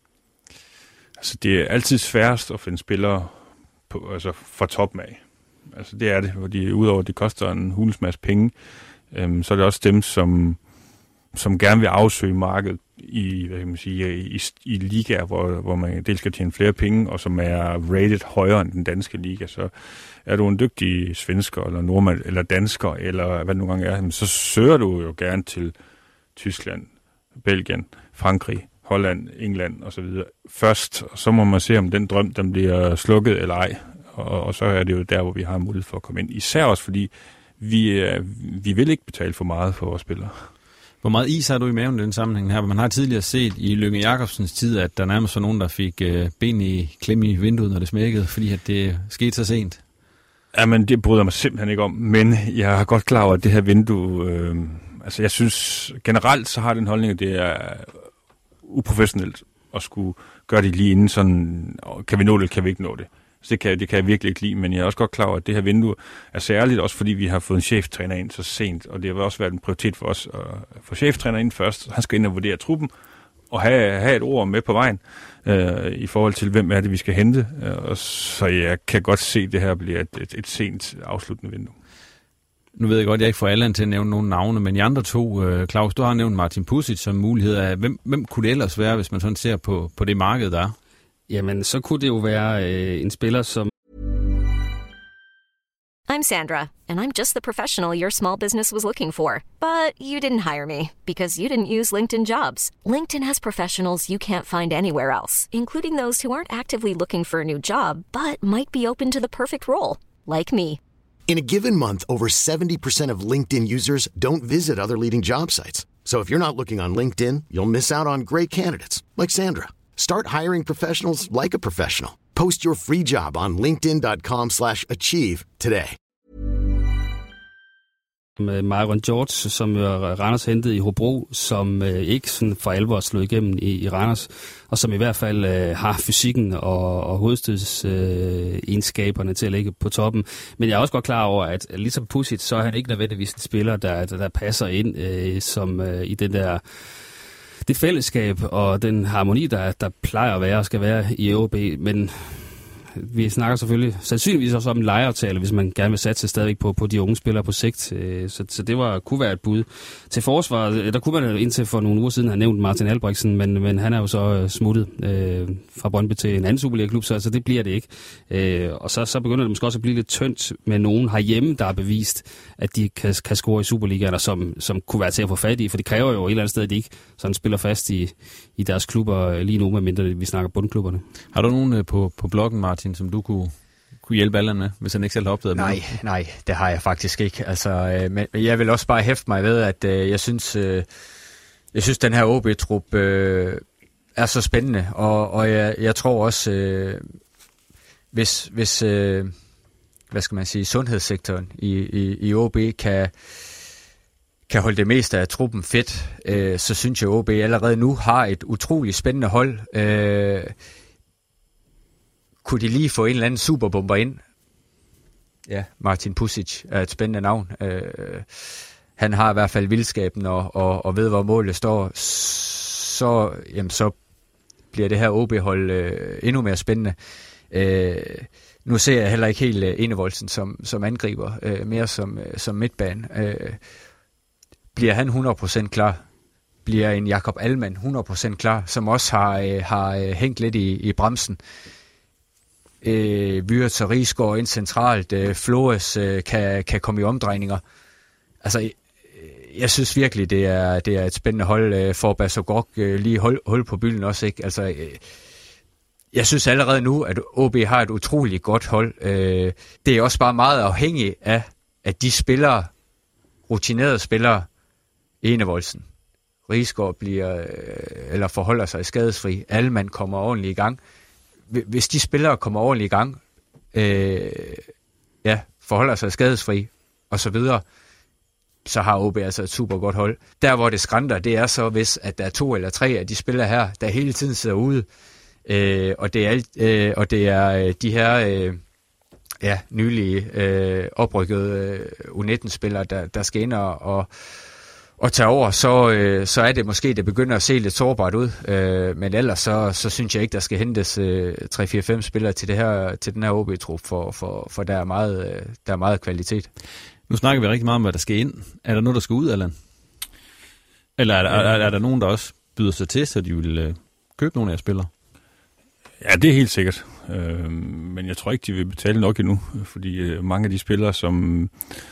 Altså det er altid sværest at finde spillere på, altså fra toppen af. Altså det er det, fordi udover at det koster en hulens masse penge, um, så er det også dem, som som gerne vil afsøge markedet i, hvad kan man sige, i, i ligaer, hvor, hvor man dels skal tjene flere penge, og som er rated højere end den danske liga. Så er du en dygtig svensker, eller nordmand, eller dansker, eller hvad det nogle gange er, så søger du jo gerne til Tyskland, Belgien, Frankrig, Holland, England osv. først, og så må man se, om den drøm den bliver slukket eller ej. Og, og så er det jo der, hvor vi har mulighed for at komme ind. Især også fordi, vi, vi vil ikke betale for meget for vores spillere. Hvor meget is har du i maven i den sammenhæng her? Man har tidligere set i Lønge Jacobsens tid, at der nærmest var nogen, der fik øh, ben i klemme i vinduet, når det smækkede, fordi at det skete så sent. Jamen, det bryder mig simpelthen ikke om, men jeg er godt klar over, at det her vindue... Øh, altså, jeg synes generelt, så har den holdning, at det er uprofessionelt at skulle gøre det lige inden sådan, kan vi nå det, kan vi ikke nå det. Så det kan, det kan jeg virkelig ikke lide, men jeg er også godt klar over, at det her vindue er særligt, også fordi vi har fået en cheftræner ind så sent, og det har også været en prioritet for os at få cheftræner ind først. Han skal ind og vurdere truppen, og have, have et ord med på vejen, øh, i forhold til, hvem er det, vi skal hente. Og så jeg kan godt se, at det her bliver et, et, et sent afsluttende vindue. Nu ved jeg godt, at jeg ikke får Allan til at nævne nogle navne, men de andre to, øh, Claus, du har nævnt Martin Pusic som mulighed af, hvem, hvem kunne det ellers være, hvis man sådan ser på, på det marked, der er? Jamen, så kunne det jo være øh, en spiller, som... I'm Sandra, and I'm just the professional your small business was looking for. But you didn't hire me, because you didn't use LinkedIn Jobs. LinkedIn has professionals you can't find anywhere else, including those who aren't actively looking for a new job, but might be open to the perfect role, like me. In a given month, over seventy percent of LinkedIn users don't visit other leading job sites. So if you're not looking on LinkedIn, you'll miss out on great candidates, like Sandra. Start hiring professionals like a professional. Post your free job on linkedin dot com slash achieve today. Med Myron George, som Randers hentede i Hobro, som øh, ikke sådan for alvor slog igennem i, i Randers, og som i hvert fald øh, har fysikken og, og hovedstødsegenskaberne øh, til at ligge på toppen. Men jeg er også godt klar over, at ligesom Pusic, så er han ikke nødvendigvis en spiller, der, der, der passer ind øh, som øh, i den der... det fællesskab og den harmoni, der, der plejer at være og skal være i O B, men vi snakker selvfølgelig sandsynligvis også om en lejeaftale, hvis man gerne vil satse stadigvæk på, på de unge spillere på sigt. Så, så det var, kunne være et bud. Til forsvaret, der kunne man indtil for nogle uger siden have nævnt Martin Albrechtsen, men, men han er jo så smuttet øh, fra Brøndby til en anden Superliga-klub, så altså, det bliver det ikke. Øh, og så, så begynder det måske også at blive lidt tyndt med nogen herhjemme, der har bevist, at de kan, kan score i Superligaen, som, som kunne være til at få fat i, for det kræver jo et eller andet sted, at de ikke sådan spiller fast i, i deres klubber lige nu, medmindre vi snakker bundklubberne. Har du nogen på, på bloggen, Martin, som du kunne, kunne hjælpe Allan med, hvis han ikke selv har opdaget nej, det? Nej, det har jeg faktisk ikke. Altså, øh, men jeg vil også bare hæfte mig ved, at øh, jeg synes, øh, jeg synes, den her O B-trup øh, er så spændende, og, og jeg, jeg tror også, øh, hvis, hvis øh, hvad skal man sige, sundhedssektoren i, i, i O B kan, kan holde det meste af truppen fedt, øh, så synes jeg, at O B allerede nu har et utroligt spændende hold. Øh, Kunne de lige få en eller anden superbomber ind? Ja, Martin Pusic er et spændende navn. Øh, han har i hvert fald vildskaben og, og, og ved, hvor målet står. Så, jamen, så bliver det her O B-hold øh, endnu mere spændende. Øh, nu ser jeg heller ikke helt øh, Enevoldsen som, som angriber, øh, mere som, øh, som midtbane. Øh, bliver han hundrede procent klar? Bliver en Jakob Allmann hundrede procent klar, som også har, øh, har øh, hængt lidt i, i bremsen? Øh, Vyrt og Rigsgaard ind centralt, øh, Flores øh, kan, kan komme i omdrejninger. Altså, øh, jeg synes virkelig, det er, det er et spændende hold øh, for Basogok øh, lige hold, hold på bylden også, ikke? Altså, øh, jeg synes allerede nu, at O B har et utroligt godt hold. Øh, det er også bare meget afhængigt af, at de spillere, rutinerede spillere, Enevoldsen, Rigsgaard bliver, øh, eller forholder sig skadesfri, Allemand kommer ordentligt i gang. Hvis de spillere kommer ordentligt i gang, øh, ja, forholder sig skadesfri, og så videre, så har O B altså et super godt hold. Der, hvor det skrænder, det er så, hvis at der er to eller tre af de spillere her, der hele tiden sidder ude, øh, og, det er, øh, og det er de her øh, ja, nylige øh, oprykkede øh, U nitten-spillere, der, der skal ind og, og, og tage over, så, øh, så er det måske, det begynder at se lidt sårbart ud. Øh, men ellers så, så synes jeg ikke, der skal hentes øh, tre fire fem spillere til, det her, til den her O B-trup, for, for, for der, er meget, øh, der er meget kvalitet. Nu snakker vi rigtig meget om, hvad der skal ind. Er der noget, der skal ud, Allan? Eller er der, er, er der nogen, der også byder sig til, så de vil øh, købe nogle af jeres spillere? Ja, det er helt sikkert. Øh, men jeg tror ikke, de vil betale nok endnu, fordi øh, mange af de spillere, som,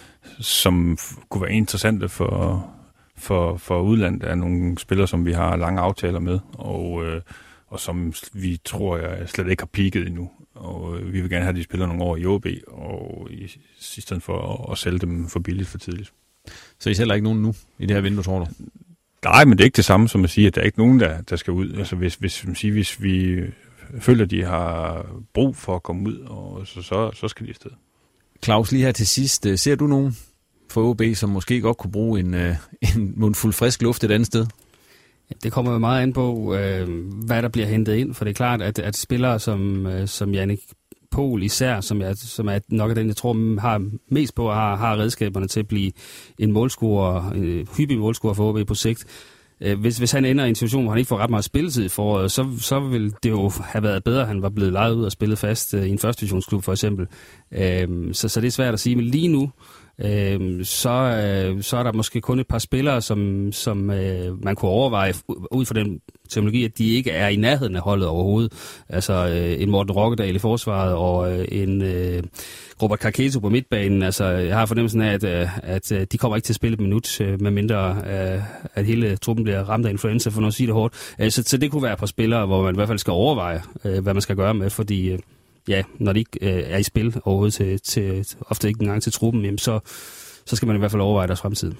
som kunne være interessante for, for, for udlandet, er nogle spillere, som vi har lange aftaler med, og, øh, og som vi tror, jeg slet ikke har peaked endnu. Og øh, vi vil gerne have de spillere nogle år i O B, og i, i stedet for at, at sælge dem for billigt for tidligt. Så I sælger ikke nogen nu i det her vindue, tror du? Nej, men det er ikke det samme som at sige, at der er ikke nogen, der, der skal ud. Altså hvis, hvis, sige, hvis vi føler, at de har brug for at komme ud, og så, så, så skal de afsted. Claus, lige her til sidst. Ser du nogen for O B, som måske godt kunne bruge en, en mundfuld frisk luft et andet sted? Det kommer jo meget an på, øh, hvad der bliver hentet ind, for det er klart, at, at spillere som, øh, som Jannik Pohl især, som, jeg, som er nok af den, jeg tror, har mest på, har, har redskaberne til at blive en målscorer, en hyppig målscorer for O B på sigt. Øh, hvis, hvis han ender i en situation, hvor han ikke får ret meget spilletid i foråret, så, så vil det jo have været bedre, at han var blevet lejet ud og spillet fast øh, i en første divisionsklub for eksempel. Øh, så, så det er svært at sige, men lige nu, Øh, så, øh, så er der måske kun et par spillere, som, som øh, man kunne overveje ud fra den terminologi, at de ikke er i nærheden af holdet overhovedet. Altså øh, en Morten Rokkedal i forsvaret og øh, en øh, Robert Karketo på midtbanen. Altså jeg har fornemmelsen af, at, at, at de kommer ikke til at spille et minut, øh, medmindre øh, at hele truppen bliver ramt af influenza, for noget at sige det hårdt. Øh, så, så det kunne være et par spillere, hvor man i hvert fald skal overveje, øh, hvad man skal gøre med, fordi øh, ja, når de ikke øh, er i spil overhovedet til, til, ofte ikke engang til truppen, jamen så, så skal man i hvert fald overveje deres fremtid.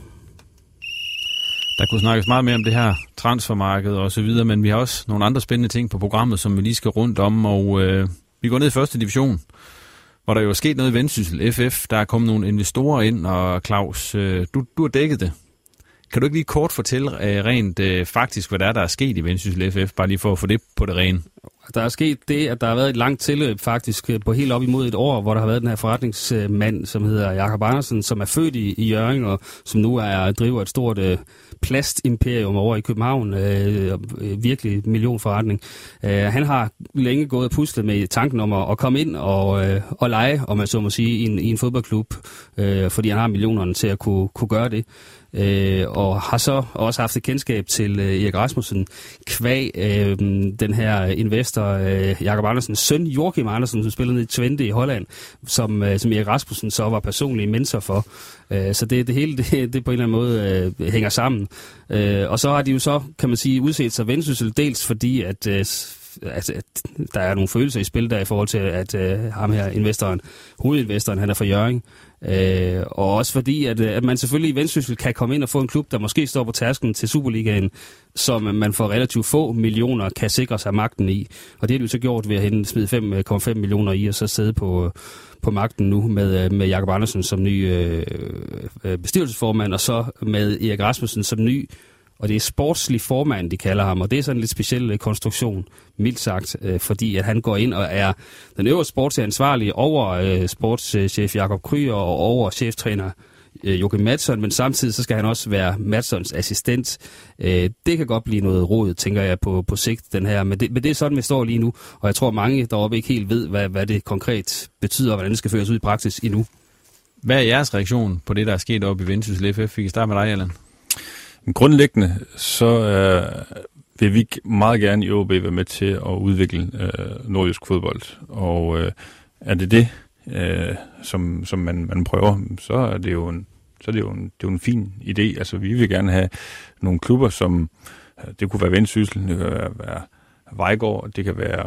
Der kunne snakkes meget mere om det her transfermarked og så videre, men vi har også nogle andre spændende ting på programmet, som vi lige skal rundt om, og øh, vi går ned i første division, hvor der jo er sket noget i Vendsyssel F F. Der er kommet nogle investorer ind, og Claus, øh, du, du har dækket det. Kan du ikke lige kort fortælle øh, rent øh, faktisk, hvad der er, der er sket i Vendsyssel F F, bare lige for at få det på det rene? Der er sket det, at der har været et langt tilløb faktisk på helt op imod et år, hvor der har været den her forretningsmand, som hedder Jakob Andersen, som er født i, i Hjørring, og som nu er driver et stort øh, plastimperium over i København. Øh, virkelig millionforretning. Øh, han har længe gået og puslet med tanken om at, at komme ind og, øh, og lege, om man så må sige, i en, i en fodboldklub, øh, fordi han har millionerne til at kunne, kunne gøre det. Øh, og har så også haft et kendskab til øh, Erik Rasmussen kvæg øh, den her investor øh, Jakob Andersens søn Joachim Andersen, som spillede ned i Twente i Holland, som, øh, som Erik Rasmussen så var personlig mentor for. Øh, så det, det hele det, det på en eller anden måde øh, hænger sammen. Øh, og så har de jo så, kan man sige, udset sig Vendsyssel, dels fordi at øh, Altså, at der er nogle følelser i spil der i forhold til, at øh, ham her investoren, hovedinvestoren, han er fra Hjørring. Øh, og også fordi, at, at man selvfølgelig i Vendsyssel kan komme ind og få en klub, der måske står på tærsklen til Superligaen, som man for relativt få millioner kan sikre sig magten i. Og det har de jo så gjort ved at hente smide fem komma fem millioner i, og så sidde på, på magten nu med, med Jakob Andersen som ny øh, bestyrelsesformand, og så med Erik Rasmussen som ny. Og det er sportslig formand, de kalder ham, og det er sådan en lidt speciel konstruktion, mildt sagt, øh, fordi at han går ind og er den øverste sportsansvarlige over øh, sportschef Jakob Kryer og over cheftræner øh, Joachim Mattsson, men samtidig så skal han også være Mattssons assistent. Øh, det kan godt blive noget rod, tænker jeg, på, på sigt, den her, men det, men det er sådan, vi står lige nu, og jeg tror, mange deroppe ikke helt ved, hvad, hvad det konkret betyder, og hvordan det skal føres ud i praksis endnu. Hvad er jeres reaktion på det, der er sket oppe i Vendsyssel F F? Vi kan starte med dig, Allan. Grundlæggende, så øh, vil vi meget gerne i O B være med til at udvikle øh, nordjysk fodbold. Og øh, er det det, øh, som, som man, man prøver, så er det jo en, så er det jo en, det er jo en fin idé. Altså, vi vil gerne have nogle klubber, som, det kunne være Vendsyssel, det kan være Vejgaard, det kan være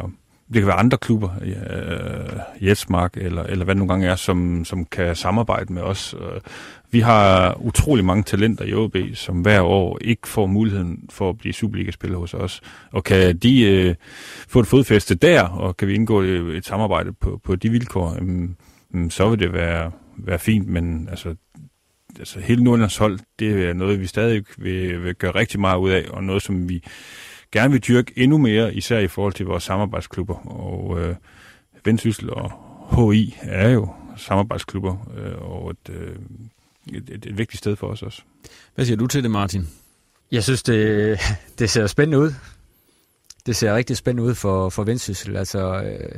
det kan være andre klubber, øh, Jetsmark eller, eller hvad det nogle gange er, som, som kan samarbejde med os. Vi har utrolig mange talenter i O B, som hver år ikke får muligheden for at blive Superliga-spiller hos os. Og kan de øh, få et fodfæste der, og kan vi indgå et, et samarbejde på, på de vilkår, øh, så vil det være, være fint, men altså, altså hele Nordjyllands hold, det er noget, vi stadig vil, vil gøre rigtig meget ud af, og noget, som vi gerne vil dyrke endnu mere, især i forhold til vores samarbejdsklubber. Og øh, Vendsyssel og H I er jo samarbejdsklubber, øh, og et, øh, et, et, et vigtigt sted for os også. Hvad siger du til det, Martin? Jeg synes, det, det ser spændende ud. Det ser rigtig spændende ud for, for Vendsyssel. Altså, øh,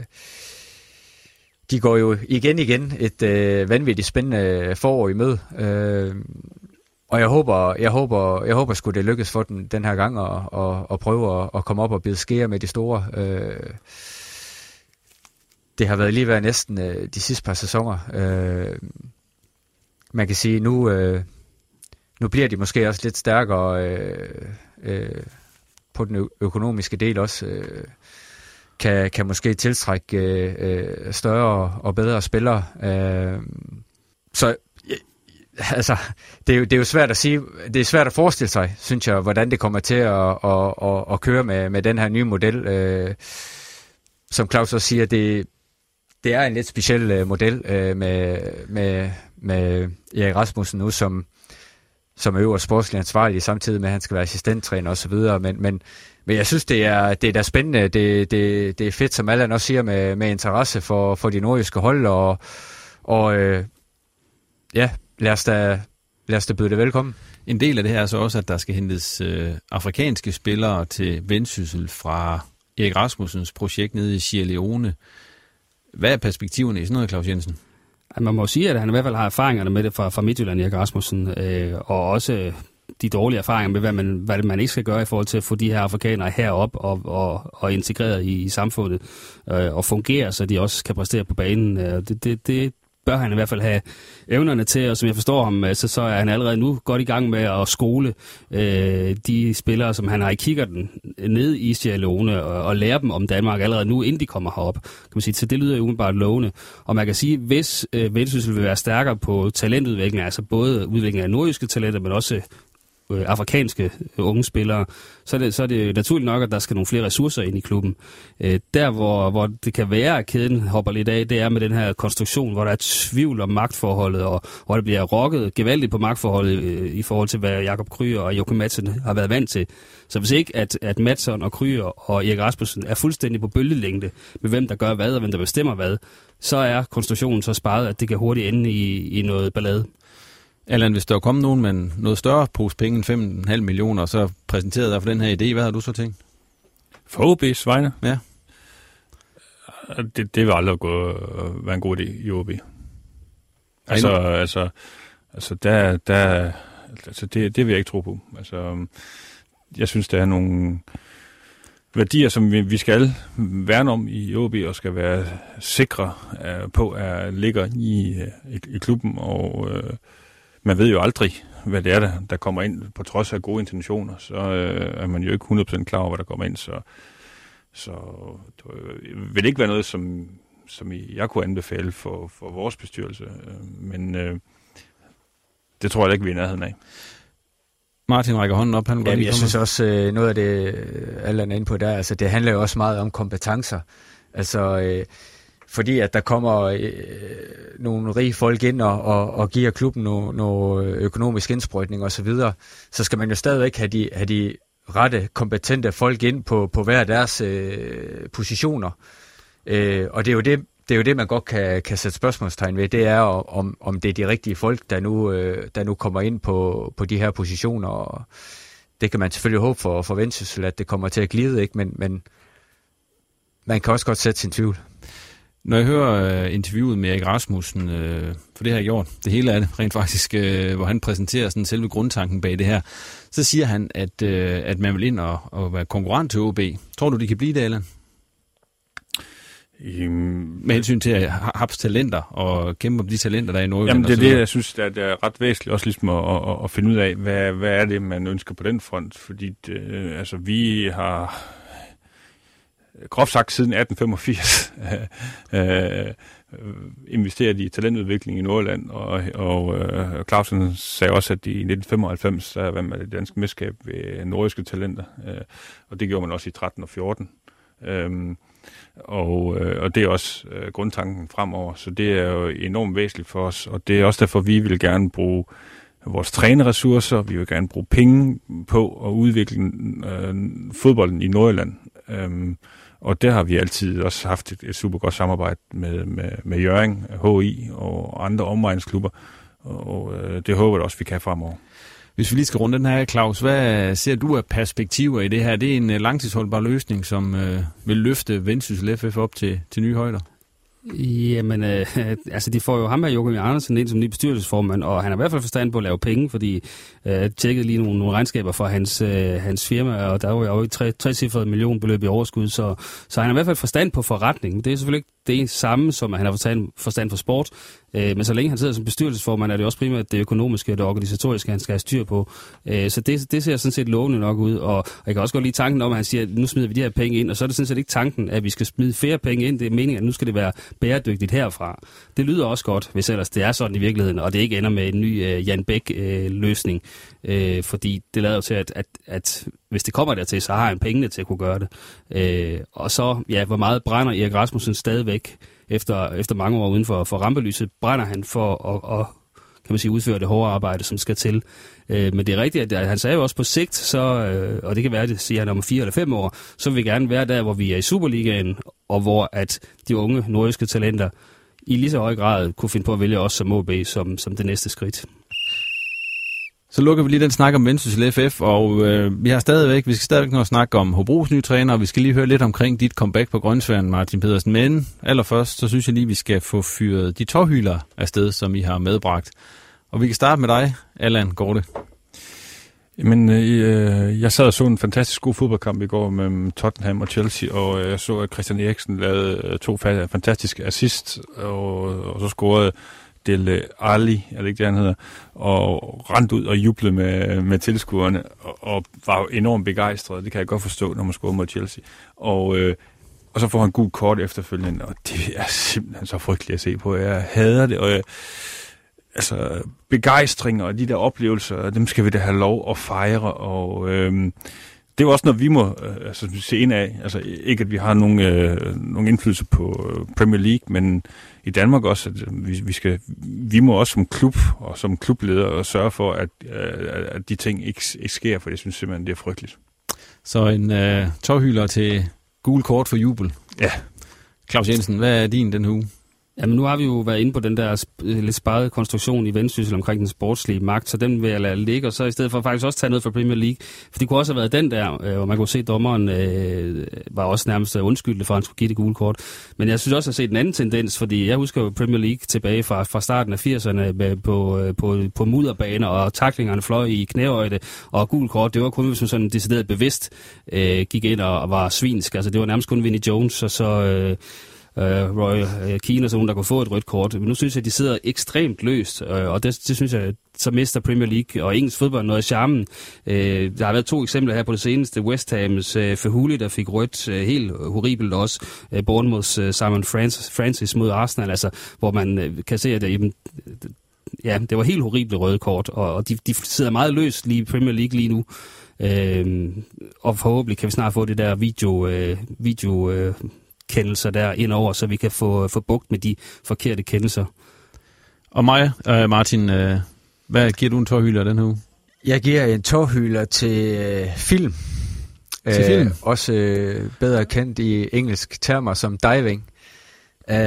de går jo igen igen et øh, vanvittigt spændende forår i møde. Øh, Og jeg håber, jeg håber, jeg håber sgu det lykkes for den den her gang at, at, at prøve at, at komme op og bide skære med de store. Øh, det har været lige været næsten øh, de sidste par sæsoner. Øh, man kan sige, nu øh, nu bliver de måske også lidt stærkere øh, øh, på den ø- økonomiske del også. Øh, kan kan måske tiltrække øh, større og bedre spillere. Øh, så Altså, det er, jo, det er jo svært at sige, det er svært at forestille sig, synes jeg, hvordan det kommer til at, at, at, at køre med, med den her nye model. Øh, som Claus også siger, det, det er en lidt speciel uh, model uh, med, med, med Erik Rasmussen nu, som, som er øverst sportslig ansvarlig, samtidig med, at han skal være assistenttræner osv. Men, men, men jeg synes, det er, det er da spændende. Det, det, det er fedt, som Allan også siger, med, med interesse for, for de nordjyske hold. Og, og øh, ja, Lad os, da, lad os da byde det velkommen. En del af det her er så også, at der skal hentes øh, afrikanske spillere til Vendsyssel fra Erik Rasmussens projekt nede i Sierra Leone. Hvad er perspektiverne i sådan noget, Claus Jensen? Man må sige, at han i hvert fald har erfaringerne med det fra, fra Midtjylland, Erik Rasmussen, øh, og også de dårlige erfaringer med, hvad man, hvad man ikke skal gøre i forhold til at få de her afrikanere herop og, og, og integreret i, i samfundet øh, og fungere, så de også kan præstere på banen. Øh, det, det, det bør han i hvert fald have evnerne til, og som jeg forstår ham, så, så er han allerede nu godt i gang med at skole øh, de spillere, som han har i kikkerten ned i Sierra Leone, og, og lære dem om Danmark allerede nu, inden de kommer herop. Kan man sige. Så det lyder jo umiddelbart lovende. Og man kan sige, hvis øh, Vendsyssel vil være stærkere på talentudvikling, altså både udvikling af nordjyske talenter, men også øh, afrikanske øh, unge spillere, så er, det, så er det naturligt nok, at der skal nogle flere ressourcer ind i klubben. Øh, der, hvor, hvor det kan være, at kæden hopper lidt af, det er med den her konstruktion, hvor der er tvivl om magtforholdet, og hvor der bliver rokket gevaldigt på magtforholdet øh, i forhold til, hvad Jakob Kryer og Joachim Madsen har været vant til. Så hvis ikke, at, at Madsen og Kryer og Erik Rasmussen er fuldstændig på bølgelængde med, hvem der gør hvad, og hvem der bestemmer hvad, så er konstruktionen så sparet, at det kan hurtigt ende i, i noget ballade. Allan, hvis der er kommet nogen med noget større pose penge end fem komma fem millioner, og så præsenterede dig for den her idé, hvad har du så tænkt? For O B's vegne? Ja. Det, det vil aldrig gå, være en god idé i O B. Altså, altså, altså, der, der, altså det, det vil jeg ikke tro på. Altså, jeg synes, der er nogle værdier, som vi, vi skal værne om i O B, og skal være sikre uh, på, at ligger i, i, i klubben, og uh, man ved jo aldrig, hvad det er, der, der kommer ind, på trods af gode intentioner, så uh, er man jo ikke hundrede procent klar over, hvad der kommer ind, så, så det vil ikke være noget, som, som jeg kunne anbefale for, for vores bestyrelse, men uh, det tror jeg ikke, vi er i nærheden af. Martin rækker hånden op. Han ja, jeg synes også, øh, noget af det, Allan er inde på der, altså det handler jo også meget om kompetencer. Altså, øh, fordi at der kommer øh, nogle rige folk ind og, og, og giver klubben noget no økonomisk indsprøjtning og så videre, så skal man jo stadigvæk have de, have de rette, kompetente folk ind på, på hver deres øh, positioner. Øh, og det er jo det, det er jo det, man godt kan, kan sætte spørgsmålstegn ved, det er, om, om det er de rigtige folk, der nu, øh, der nu kommer ind på, på de her positioner. Og det kan man selvfølgelig håbe for, for Vendsyssel, at det kommer til at glide, ikke? Men, men man kan også godt sætte sin tvivl. Når jeg hører øh, interviewet med Erik Rasmussen, øh, for det har jeg gjort, det hele er det rent faktisk, øh, hvor han præsenterer sådan selve grundtanken bag det her, så siger han, at, øh, at man vil ind og, og være konkurrent til O B. Tror du, de kan blive det, Allan? Med hensyn til at have talenter og kæmpe om de talenter, der er i Nordjylland. Jamen det er det, jeg synes, der er ret væsentligt også ligesom at, at, at finde ud af, hvad, hvad er det, man ønsker på den front. Fordi det, altså, vi har groft sagt siden atten femogfirs øh, investeret i talentudvikling i Nordjylland, og, og øh, Clausen sagde også, at i nitten femoghalvfems der vandt man det danske mesterskab ved nordjyske talenter, øh, og det gjorde man også i tretten og fjorten. Øhm, og, øh, og det er også øh, grundtanken fremover, så det er jo enormt væsentligt for os, og det er også derfor, vi vil gerne bruge vores trænerressourcer, vi vil gerne bruge penge på at udvikle øh, fodbolden i Nordjylland. Øhm, og der har vi altid også haft et, et super godt samarbejde med, med, med Hjørring, H I og andre omegnsklubber, og øh, det håber jeg også, vi kan fremover. Hvis vi lige skal runde den her, Claus, hvad ser du af perspektiver i det her? Det er en langtidsholdbar løsning, som øh, vil løfte Vendsyssel F F op til, til nye højder. Jamen, øh, altså de får jo ham her, Joachim Andersen, ind som ny bestyrelsesformand, og han har i hvert fald forstand på at lave penge, fordi jeg øh, tjekkede lige nogle, nogle regnskaber fra hans, øh, hans firma, og der var jo et tre, trecifret millionbeløb i overskud, så, så han har i hvert fald forstand på forretning. Det er selvfølgelig ikke det samme, som at han har forstand, forstand for sport, øh, men så længe han sidder som bestyrelsesformand, er det også primært det økonomiske og det organisatoriske, han skal have styr på. Øh, så det, det ser sådan set lovende nok ud, og, og jeg kan også godt lide tanken om, at han siger, at nu smider vi de her penge ind, og så er det sådan set ikke tanken, at vi skal smide flere penge ind. Det er meningen, at nu skal det være bæredygtigt herfra. Det lyder også godt, hvis ellers det er sådan i virkeligheden, og det ikke ender med en ny øh, Jan Bæk-løsning, øh, øh, fordi det lader jo til, at, at, at hvis det kommer dertil, så har han pengene til at kunne gøre det. Øh, og så, ja, hvor meget brænder Erik Rasmussen stadigvæk efter, efter mange år uden for, for rampelyset, brænder han for at, at kan man sige, udføre det hårde arbejde, som skal til. Øh, men det er rigtigt, at han sagde jo også på sigt, så, øh, og det kan være, det siger han om fire eller fem år, så vil vi gerne være der, hvor vi er i Superligaen, og hvor at de unge nordiske talenter i lige så høj grad kunne finde på at vælge os som O B som, som det næste skridt. Så lukker vi lige den snak om Vendsyssel F F, og øh, vi har stadigvæk, vi skal stadigvæk nå at snakke om Hobros nye træner, og vi skal lige høre lidt omkring dit comeback på Grønsværen, Martin Pedersen. Men allerførst, så synes jeg lige, vi skal få fyret de tårhyler afsted, som I har medbragt. Og vi kan starte med dig, Allan Gorte. Men øh, jeg sad og så en fantastisk god fodboldkamp i går mellem Tottenham og Chelsea, og jeg så, at Christian Eriksen lavede to fantastiske assist, og, og så scorede Dele Alli, er det ikke det, han hedder, og rent ud og jublede med, med tilskuerne, og, og var jo enormt begejstret. Det kan jeg godt forstå, når man scorer mod Chelsea. Og, øh, og så får han gul kort efterfølgende, og det er simpelthen så frygteligt at se på. Jeg hader det, og jeg, altså begejstring og de der oplevelser, dem skal vi da have lov at fejre, og øh, det er jo også noget, vi må øh, altså, se ind af. Altså ikke, at vi har nogen, øh, nogen indflydelse på Premier League, men i Danmark også, at vi, vi, skal, vi må også som klub og som klubleder sørge for, at, at de ting ikke, ikke sker, for jeg synes simpelthen, det er frygteligt. Så en øh, tårhyler til gul kort for jubel. Ja. Claus Jensen, hvad er din den uge? Jamen nu har vi jo været inde på den der sp- lidt sparede konstruktion i Vendsyssel omkring den sportslige magt, så den vil jeg lade ligge, og så i stedet for faktisk også tage noget fra Premier League. For det kunne også have været den der, øh, hvor man kunne se, at dommeren øh, var også nærmest undskyldt for, at han skulle give det gule kort. Men jeg synes også, at jeg har set en anden tendens, fordi jeg husker jo Premier League tilbage fra, fra starten af firserne med, på, på, på mudderbaner, og taklingerne fløj i knæøjde, og gul kort, det var kun, hvis man sådan decideret bevidst øh, gik ind og, og var svinsk. Altså det var nærmest kun Vinnie Jones, og så... Øh, Uh, Roy uh, Keane og sådan, der kunne få et rødt kort. Men nu synes jeg, at de sidder ekstremt løst, uh, og det, det synes jeg, så mister Premier League og engelsk fodbold noget af charmen. Uh, der har været to eksempler her på det seneste. West Ham's uh, Fehuli, der fik rødt, uh, helt horribelt også. Uh, Bournemouth's uh, Simon Francis, Francis mod Arsenal, altså, hvor man uh, kan se, at det, jamen, ja, det var helt horrible røde kort, og, og de, de sidder meget løst lige i Premier League lige nu. Uh, og forhåbentlig kan vi snart få det der video... Uh, video uh, kendelser der indover, så vi kan få, få bugt med de forkerte kendelser. Og mig, øh, Martin, øh, hvad giver du en tårhyler den her uge? Jeg giver en tårhyler til øh, film. Til film? Øh, også øh, bedre kendt i engelsk termer som diving. Øh,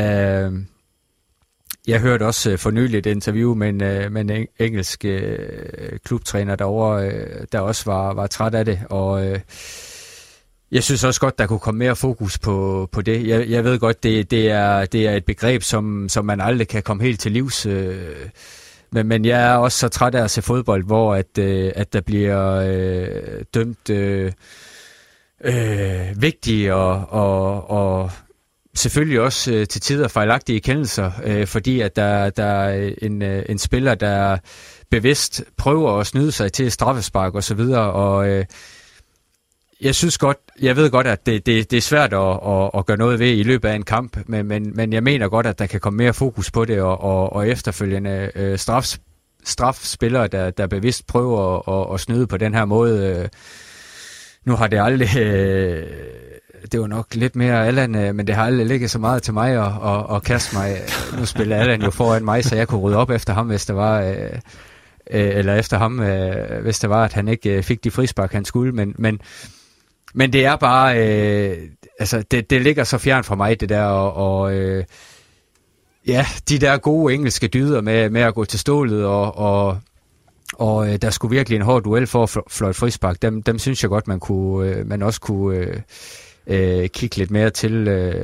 jeg hørte også øh, for nylig et interview med en, øh, med en engelsk øh, klubtræner derovre, øh, der også var, var træt af det, og øh, jeg synes også godt, der kunne komme mere fokus på, på det. Jeg, jeg ved godt, det, det, er, det er et begreb, som, som man aldrig kan komme helt til livs. Øh, men, men jeg er også så træt af at se fodbold, hvor at, øh, at der bliver øh, dømt øh, øh, vigtige og, og, og selvfølgelig også øh, til tider fejlagtige kendelser, øh, fordi at der, der er en, øh, en spiller, der bevidst prøver at snyde sig til straffespark og så videre, og øh, jeg synes godt, jeg ved godt, at det, det, det er svært at, at, at gøre noget ved i løbet af en kamp, men, men, men jeg mener godt, at der kan komme mere fokus på det, og, og, og efterfølgende øh, straf, strafspillere, der, der bevidst prøver at, at, at snyde på den her måde. Øh, nu har det aldrig... Øh, det var nok lidt mere Allan, øh, men det har aldrig ligget så meget til mig at, at, at kaste mig. Nu spiller Allan jo foran mig, så jeg kunne rydde op efter ham, hvis der var... Øh, eller efter ham, øh, hvis det var, at han ikke øh, fik de frispark, han skulle, men, men, men det er bare, øh, altså, det, det ligger så fjern fra mig, det der, og, og øh, ja, de der gode engelske dyder med, med at gå til stålet, og, og, og øh, der skulle virkelig en hård duel for at fløjte frispark, dem, dem synes jeg godt, man, kunne, øh, man også kunne øh, øh, kigge lidt mere til. Øh,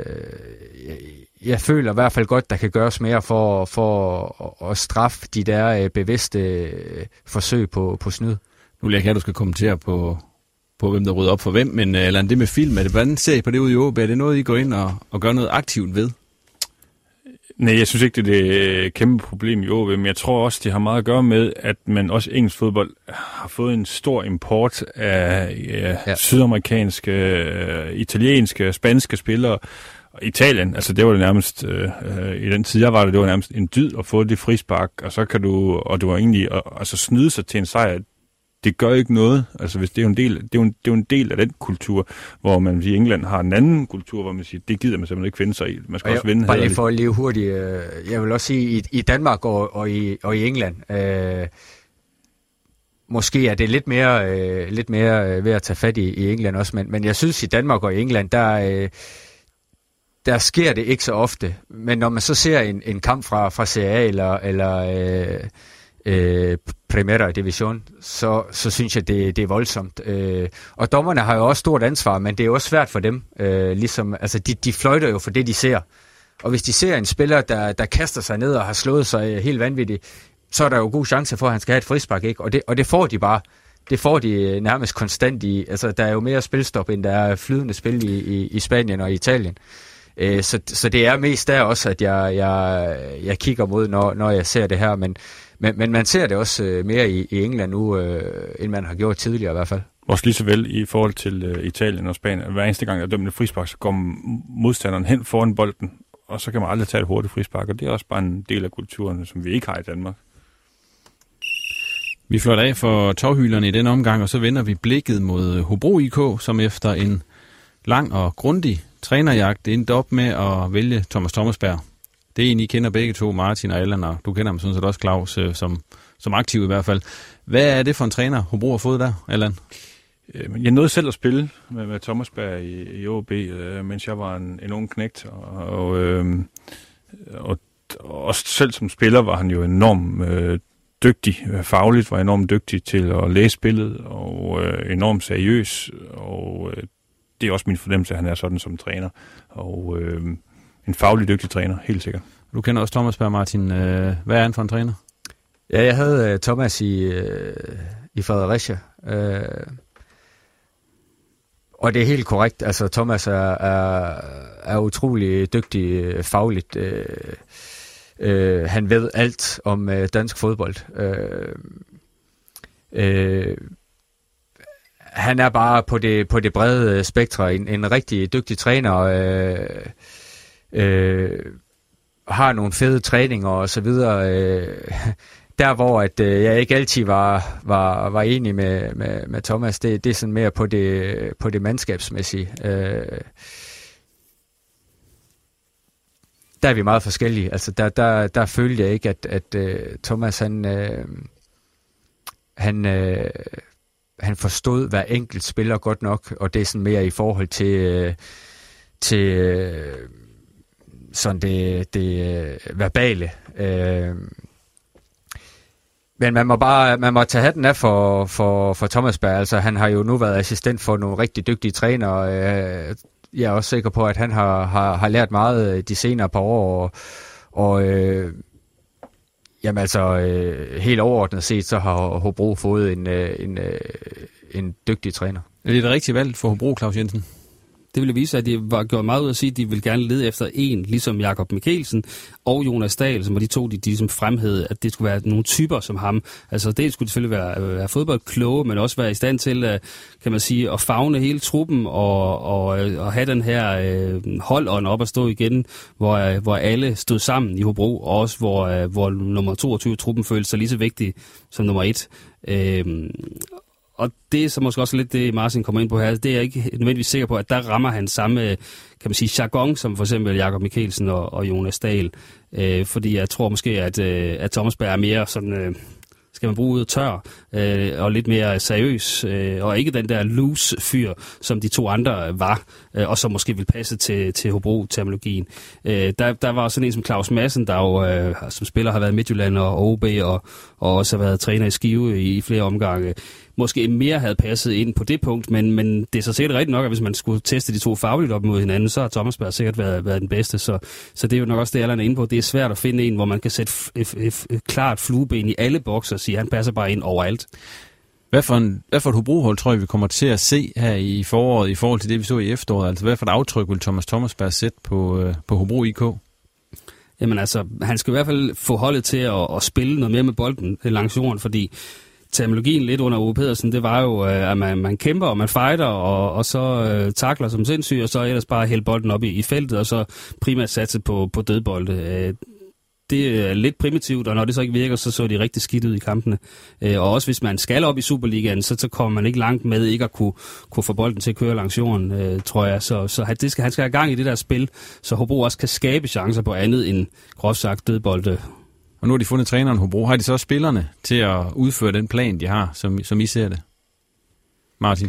Jeg føler i hvert fald godt, der kan gøres mere for, for at straffe de der bevidste forsøg på, på snyd. Nu vil jeg ikke have, at du skal kommentere på, på hvem der rydder op for hvem, men eller det med film, er det, hvordan ser I på det ude i O B? Er det noget, I går ind og, og gør noget aktivt ved? Nej, jeg synes ikke, det er et kæmpe problem i O B, men jeg tror også, det har meget at gøre med, at man også i engelsk fodbold har fået en stor import af ja, ja. sydamerikanske, italienske, spanske spillere. Italien, altså det var det nærmest, øh, i den tid jeg var der, det var nærmest en dyd at få det frispark, og så kan du, og du var egentlig, altså snyde sig til en sejr, det gør ikke noget, altså hvis det er jo en del, det er jo en, det er jo en del af den kultur, hvor man i England har en anden kultur, hvor man siger, det gider man simpelthen ikke finde sig i, man skal og også jeg, vinde. Bare lige for at leve hurtigt, øh, jeg vil også sige, i, i Danmark og, og, i, og i England, øh, måske er det lidt mere, øh, lidt mere øh, ved at tage fat i, i England også, men, men jeg synes i Danmark og i England, der øh, der sker det ikke så ofte, men når man så ser en, en kamp fra, fra Serie A eller, eller øh, øh, Primera Division, så, så synes jeg, det, det er voldsomt. Øh, og dommerne har jo også stort ansvar, men det er jo også svært for dem. Øh, ligesom, altså de, de fløjter jo for det, de ser. Og hvis de ser en spiller, der, der kaster sig ned og har slået sig helt vanvittigt, så er der jo god chance for, at han skal have et frispark, ikke? Og det, og det får de bare. Det får de nærmest konstant i. Altså, der er jo mere spilstop, end der er flydende spil i, i, i Spanien og Italien. Så, så det er mest der også, at jeg, jeg, jeg kigger mod, når, når jeg ser det her. Men, men, men man ser det også mere i, i England nu, øh, end man har gjort tidligere i hvert fald. Også lige så vel i forhold til øh, Italien og Spanien. Hver eneste gang, der dømmer et frispark, så går modstanderen hen foran bolden, og så kan man aldrig tage et hurtigt frispark. Og det er også bare en del af kulturen, som vi ikke har i Danmark. Vi fløjter af for tovhylderne i den omgang, og så vender vi blikket mod Hobro I K, som efter en lang og grundig trænerjagt endte op med at vælge Thomas Thomasberg. Det er en, I kender begge to, Martin og Allan, og du kender ham sådan set også, Claus, som, som aktiv i hvert fald. Hvad er det for en træner, Hobro har fået der, Allan? Jeg nåede selv at spille med, med Thomasberg i, i O B, øh, mens jeg var en, en ung knægt, og, og, øh, og, og også selv som spiller var han jo enormt øh, dygtig, fagligt var enormt dygtig til at læse spillet, og øh, enormt seriøs, og øh, det er også min fornemmelse, at han er sådan som træner, og øh, en faglig dygtig træner, helt sikkert. Du kender også Thomasberg, Martin. Hvad er han for en træner? Ja, jeg havde uh, Thomas i, uh, i Fredericia, uh, og det er helt korrekt. Altså, Thomas er, er, er utrolig dygtig uh, fagligt. Uh, uh, han ved alt om uh, dansk fodbold. Uh, uh, Han er bare på det, på det brede spektre en, en rigtig dygtig træner, øh, øh, har nogle fede træninger og så videre. Øh, der hvor at, øh, jeg ikke altid var, var, var enig med, med, med Thomas, det, det er sådan mere på det, på det mandskabsmæssige. Øh, der er vi meget forskellige. Altså der, der, der følte jeg ikke, at, at uh, Thomas han, øh, han øh, han forstod hver enkelt spiller godt nok, og det er sådan mere i forhold til, øh, til øh, sådan det, det øh, verbale. Øh, men man må bare man må tage hatten af for, for, for Thomasberg. Altså, han har jo nu været assistent for nogle rigtig dygtige trænere. Øh, jeg er også sikker på, at han har, har, har lært meget de senere par år, og, og øh, Jamen altså, øh, helt overordnet set, så har Hobro fået en, øh, en, øh, en dygtig træner. Er det det rigtige valg for Hobro, Claus Jensen? Det ville vise, at de var gjort meget ud af at sige, at de ville gerne lede efter en, ligesom Jakob Mikkelsen og Jonas Dahl, som var de to, de, de ligesom fremhævede, at det skulle være nogle typer som ham. Altså det skulle selvfølgelig være, være fodboldkloge, men også være i stand til, at, kan man sige, at favne hele truppen og, og, og have den her øh, holdånd op at stå igen, hvor, hvor alle stod sammen i Hobro, og også hvor, hvor nummer toogtyve truppen følte sig lige så vigtig som nummer et. Øh, Og det er så måske også lidt det, Martin kommer ind på her. Det er jeg ikke nødvendigvis sikker på, at der rammer han samme, kan man sige, jargon, som for eksempel Jakob Mikkelsen og, og Jonas Dahl. Øh, fordi jeg tror måske, at, øh, at Thomas Berg er mere sådan, øh, skal man bruge tør, øh, og lidt mere seriøs, øh, og ikke den der loose fyr, som de to andre var, øh, og som måske vil passe til, til Hobro-terminologien. Øh, der, der var sådan en som Claus Madsen, der jo øh, som spiller har været i Midtjylland og O B, og, og også har været træner i Skive i, i flere omgange. Måske mere havde passet ind på det punkt, men, men det er så sikkert rigtigt nok, at hvis man skulle teste de to fagligt op mod hinanden, så har Thomas Berg sikkert været, været den bedste. Så, så det er jo nok også det, Allan er inde på. Det er svært at finde en, hvor man kan sætte f- f- f- klart flueben i alle bokser og sige, at han passer bare ind overalt. Hvad for, en, hvad for et Hobro-hold tror jeg, vi kommer til at se her i foråret i forhold til det, vi så i efteråret? Altså hvad for et aftryk vil Thomas Thomas Berg sætte på, øh, på Hobro I K? Jamen altså, han skal i hvert fald få holdet til at, at spille noget mere med bolden langs jorden, fordi terminologien lidt under Ove Pedersen, det var jo, at man, man kæmper, og man fighter, og, og så øh, takler som sindssyg, og så ellers bare hælde bolden op i, i feltet, og så primært satse på, på dødbolde. Øh, det er lidt primitivt, og når det så ikke virker, så så de rigtig skidt ud i kampene. Øh, og også hvis man skal op i Superligaen, så, så kommer man ikke langt med ikke at kunne, kunne få bolden til at køre langs jorden, øh, tror jeg. Så, så det skal, han skal have gang i det der spil, så Hobro også kan skabe chancer på andet end groft sagt dødbolde. Og nu har de fundet træneren Hobro. Har de så spillerne til at udføre den plan, de har, som, som I ser det? Martin?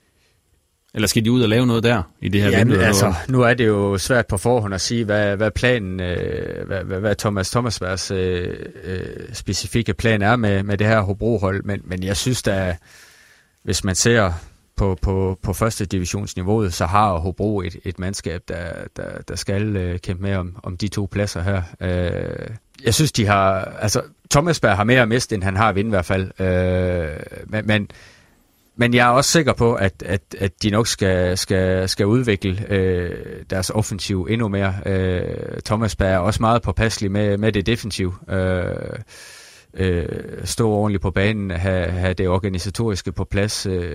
Eller skal de ud og lave noget der i det her Jamen, vindue? altså, nu er det jo svært på forhånd at sige, hvad, hvad planen, øh, hvad, hvad, hvad Thomas Thomas Bergs øh, øh, specifikke plan er med, med det her Hobro-hold. Men, men jeg synes da, hvis man ser på, på, på første divisionsniveauet, så har Hobro et, et mandskab, der, der, der skal øh, kæmpe med om, om de to pladser her. Øh, jeg synes, de har... Altså, Thomas Berg har mere at miste, end han har at vinde i hvert fald. Øh, men, men, men jeg er også sikker på, at, at, at de nok skal, skal, skal udvikle øh, deres offensiv endnu mere. Øh, Thomas Berg er også meget påpasselig med, med det defensiv. Øh, øh, stå ordentligt på banen, have, have det organisatoriske på plads. Øh,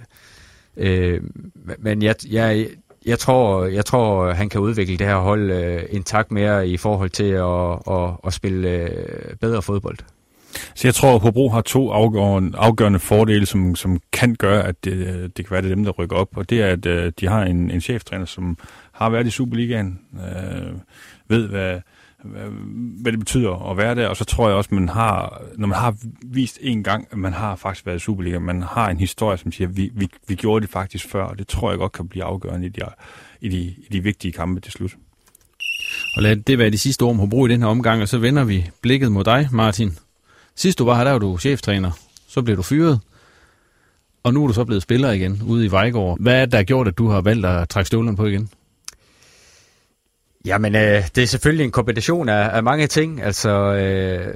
øh, men jeg... jeg Jeg tror, jeg tror, han kan udvikle det her hold øh, intakt mere i forhold til at, at, at spille øh, bedre fodbold. Så jeg tror, at Hobro har to afgørende, afgørende fordele, som, som kan gøre, at det, det kan være det dem, der rykker op. Og det er, at øh, de har en, en cheftræner, som har været i Superligaen, øh, ved, hvad, hvad, hvad det betyder at være der. Og så tror jeg også, man har, når man har vist en gang, at man har faktisk været i Superligaen, man har en historie, som siger, at vi, vi, vi gjorde det faktisk før, og det tror jeg godt kan blive afgørende i de, i de, i de vigtige kampe til slut. Og lad det være de sidste ord om Hobro i den her omgang, og så vender vi blikket mod dig, Martin. Sidst du var her, der var du cheftræner. Så blev du fyret. Og nu er du så blevet spiller igen ude i Vejgaard. Hvad er det, der har gjort, at du har valgt at trække støvlerne på igen? Jamen, øh, det er selvfølgelig en kombination af, af mange ting. Altså, øh,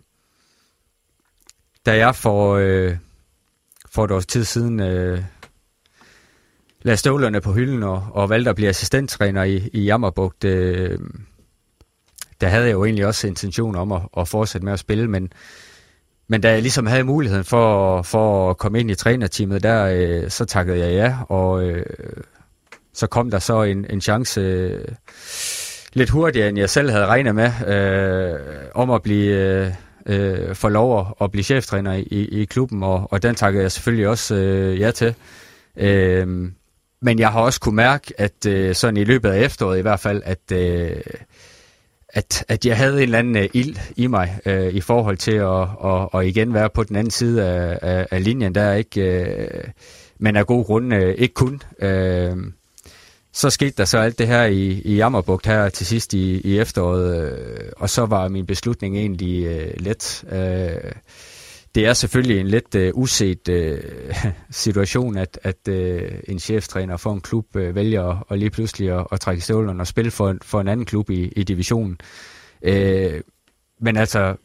da jeg for, øh, for et års tid siden øh, lagde støvlerne på hylden og, og valgte at blive assistenttræner i, i Jammerbugt, øh, der havde jeg jo egentlig også intention om at, at fortsætte med at spille, men Men da jeg ligesom havde muligheden for, for at komme ind i trænerteamet der, øh, så takkede jeg ja, og øh, så kom der så en, en chance øh, lidt hurtigere, end jeg selv havde regnet med, øh, om at blive øh, få lov at blive cheftræner i, i klubben, og, og den takkede jeg selvfølgelig også øh, ja til. Øh, men jeg har også kunne mærke, at øh, sådan i løbet af efteråret i hvert fald, at øh, At, at jeg havde en eller anden uh, ild i mig uh, i forhold til at, at, at igen være på den anden side af, af, af linjen, der ikke, uh, men af gode grunde uh, ikke kun. Uh, så skete der så alt det her i, i Jammerbugt her til sidst i, i efteråret, uh, og så var min beslutning egentlig uh, let. Uh, det er selvfølgelig en lidt uh, uset uh, situation, at, at uh, en cheftræner for en klub uh, vælger at lige pludselig at, at trække støvlerne og spille for, for en anden klub i, i divisionen. Uh, men altså,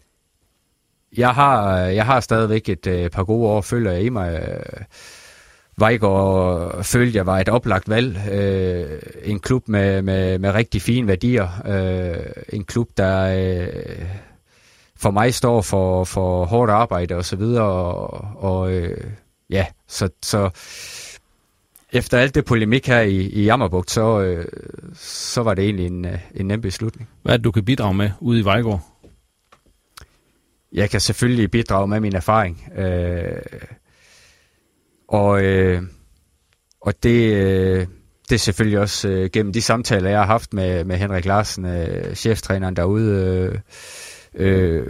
jeg har, jeg har stadigvæk et uh, par gode år, føler jeg i mig, uh, Vejgaard følte jeg var et oplagt valg. Øh, en klub med, med, med rigtig fine værdier. Øh, en klub, der øh, for mig står for, for hårdt arbejde og så videre. Og, og øh, ja, så, så efter alt det polemik her i, i Jammerbugt, så, øh, så var det egentlig en, en nem beslutning. Hvad er det, du kan bidrage med ude i Vejgaard? Jeg kan selvfølgelig bidrage med min erfaring. Øh, og, øh, og det, øh, det er selvfølgelig også øh, gennem de samtaler, jeg har haft med, med Henrik Larsen, øh, cheftræneren derude, øh, øh,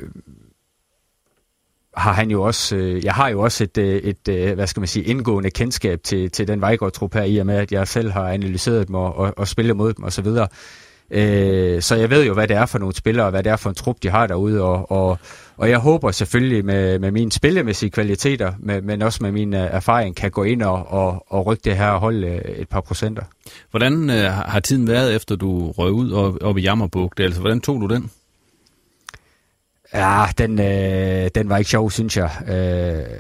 har han jo også, øh, jeg har jo også et, et, et, hvad skal man sige, indgående kendskab til, til den Vejgaard-trup her, i og med, at jeg selv har analyseret dem og, og, og spillet mod dem osv. Øh, så jeg ved jo, hvad det er for nogle spillere, og hvad det er for en trup, de har derude, og, og, og jeg håber selvfølgelig med, med mine spillemæssige kvaliteter, med, men også med min erfaring, kan gå ind og, og, og rykke det her og holde et par procenter. Hvordan øh, har tiden været, efter du røg ud op, op i Jammerbugt? Altså, hvordan tog du den? Ja, den, øh, den var ikke sjov, synes jeg. Øh,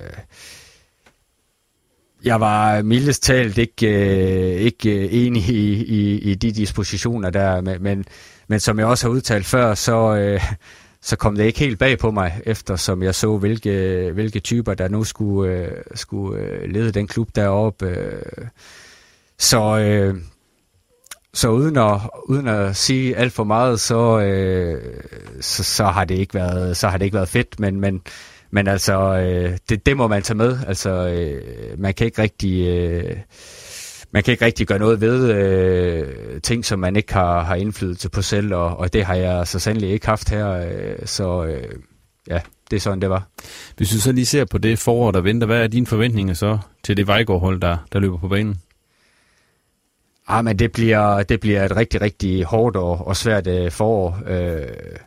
jeg var mildest talt ikke, øh, ikke enig i, i, i de dispositioner der, men, men, men som jeg også har udtalt før, så, øh, så kom det ikke helt bag på mig, eftersom jeg så, hvilke, hvilke typer, der nu skulle, øh, skulle lede den klub deroppe. Øh. Så... Øh, Så uden at, uden at sige alt for meget, så, øh, så, så, har det ikke været, så har det ikke været fedt, men, men, men altså, øh, det, det må man tage med. Altså, øh, man kan ikke rigtig, øh, man kan ikke rigtig gøre noget ved øh, ting, som man ikke har, har indflydelse på selv, og, og det har jeg så sandelig ikke haft her, øh, så øh, ja, det er sådan, det var. Hvis du så lige ser på det forår, der venter, hvad er dine forventninger så til det Vejgaard-hold, der, der løber på banen? Ah, men det bliver, det bliver et rigtig, rigtig hårdt og, og svært øh, forår. Øh,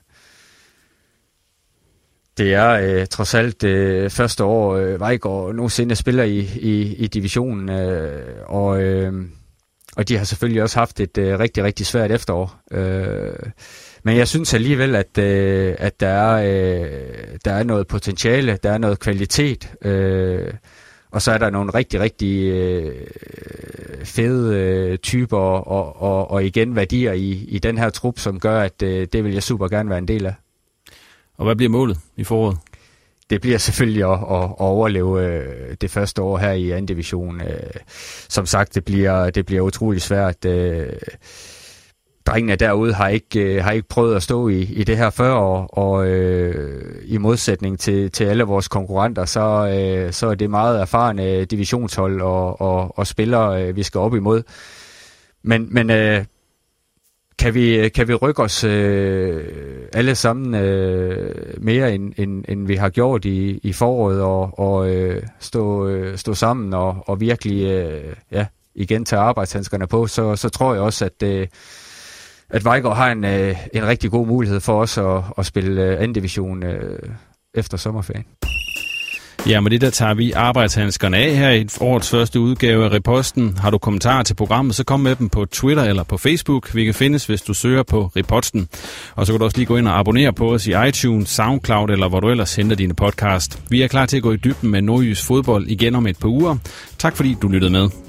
det er øh, trods alt øh, første år, øh, Vejgaard nogensinde spiller i, i, i divisionen, øh, og, øh, og de har selvfølgelig også haft et øh, rigtig, rigtig svært efterår. Øh, men jeg synes alligevel, at, øh, at der, er, øh, der er noget potentiale, der er noget kvalitet, øh, og så er der nogle rigtig, rigtig øh, fede øh, typer og, og, og igen værdier i, i den her trup, som gør, at øh, det vil jeg super gerne være en del af. Og hvad bliver målet i foråret? Det bliver selvfølgelig at, at, at overleve øh, det første år her i anden division. Øh, som sagt, det bliver, det bliver utrolig svært. Øh, drengene derude har ikke, øh, har ikke prøvet at stå i, i det her fyrre år, og øh, i modsætning til, til alle vores konkurrenter, så, øh, så er det meget erfarne divisionshold og, og, og spillere, øh, vi skal op imod. Men, men øh, kan, vi, kan vi rykke os øh, alle sammen øh, mere, end, end, end vi har gjort i, i foråret, og, og øh, stå, øh, stå sammen og, og virkelig øh, ja, igen tage arbejdshandskerne på, så, så tror jeg også, at øh, at Vejgaard har en, øh, en rigtig god mulighed for os at, at spille øh, anden division øh, efter sommerferien. Ja, med det der tager vi arbejdshandskerne af her i årets første udgave af Riposten. Har du kommentarer til programmet, så kom med dem på Twitter eller på Facebook. Vi kan findes, hvis du søger på Riposten. Og så kan du også lige gå ind og abonnere på os i iTunes, SoundCloud eller hvor du ellers henter dine podcast. Vi er klar til at gå i dybden med nordjysk fodbold igen om et par uger. Tak fordi du lyttede med.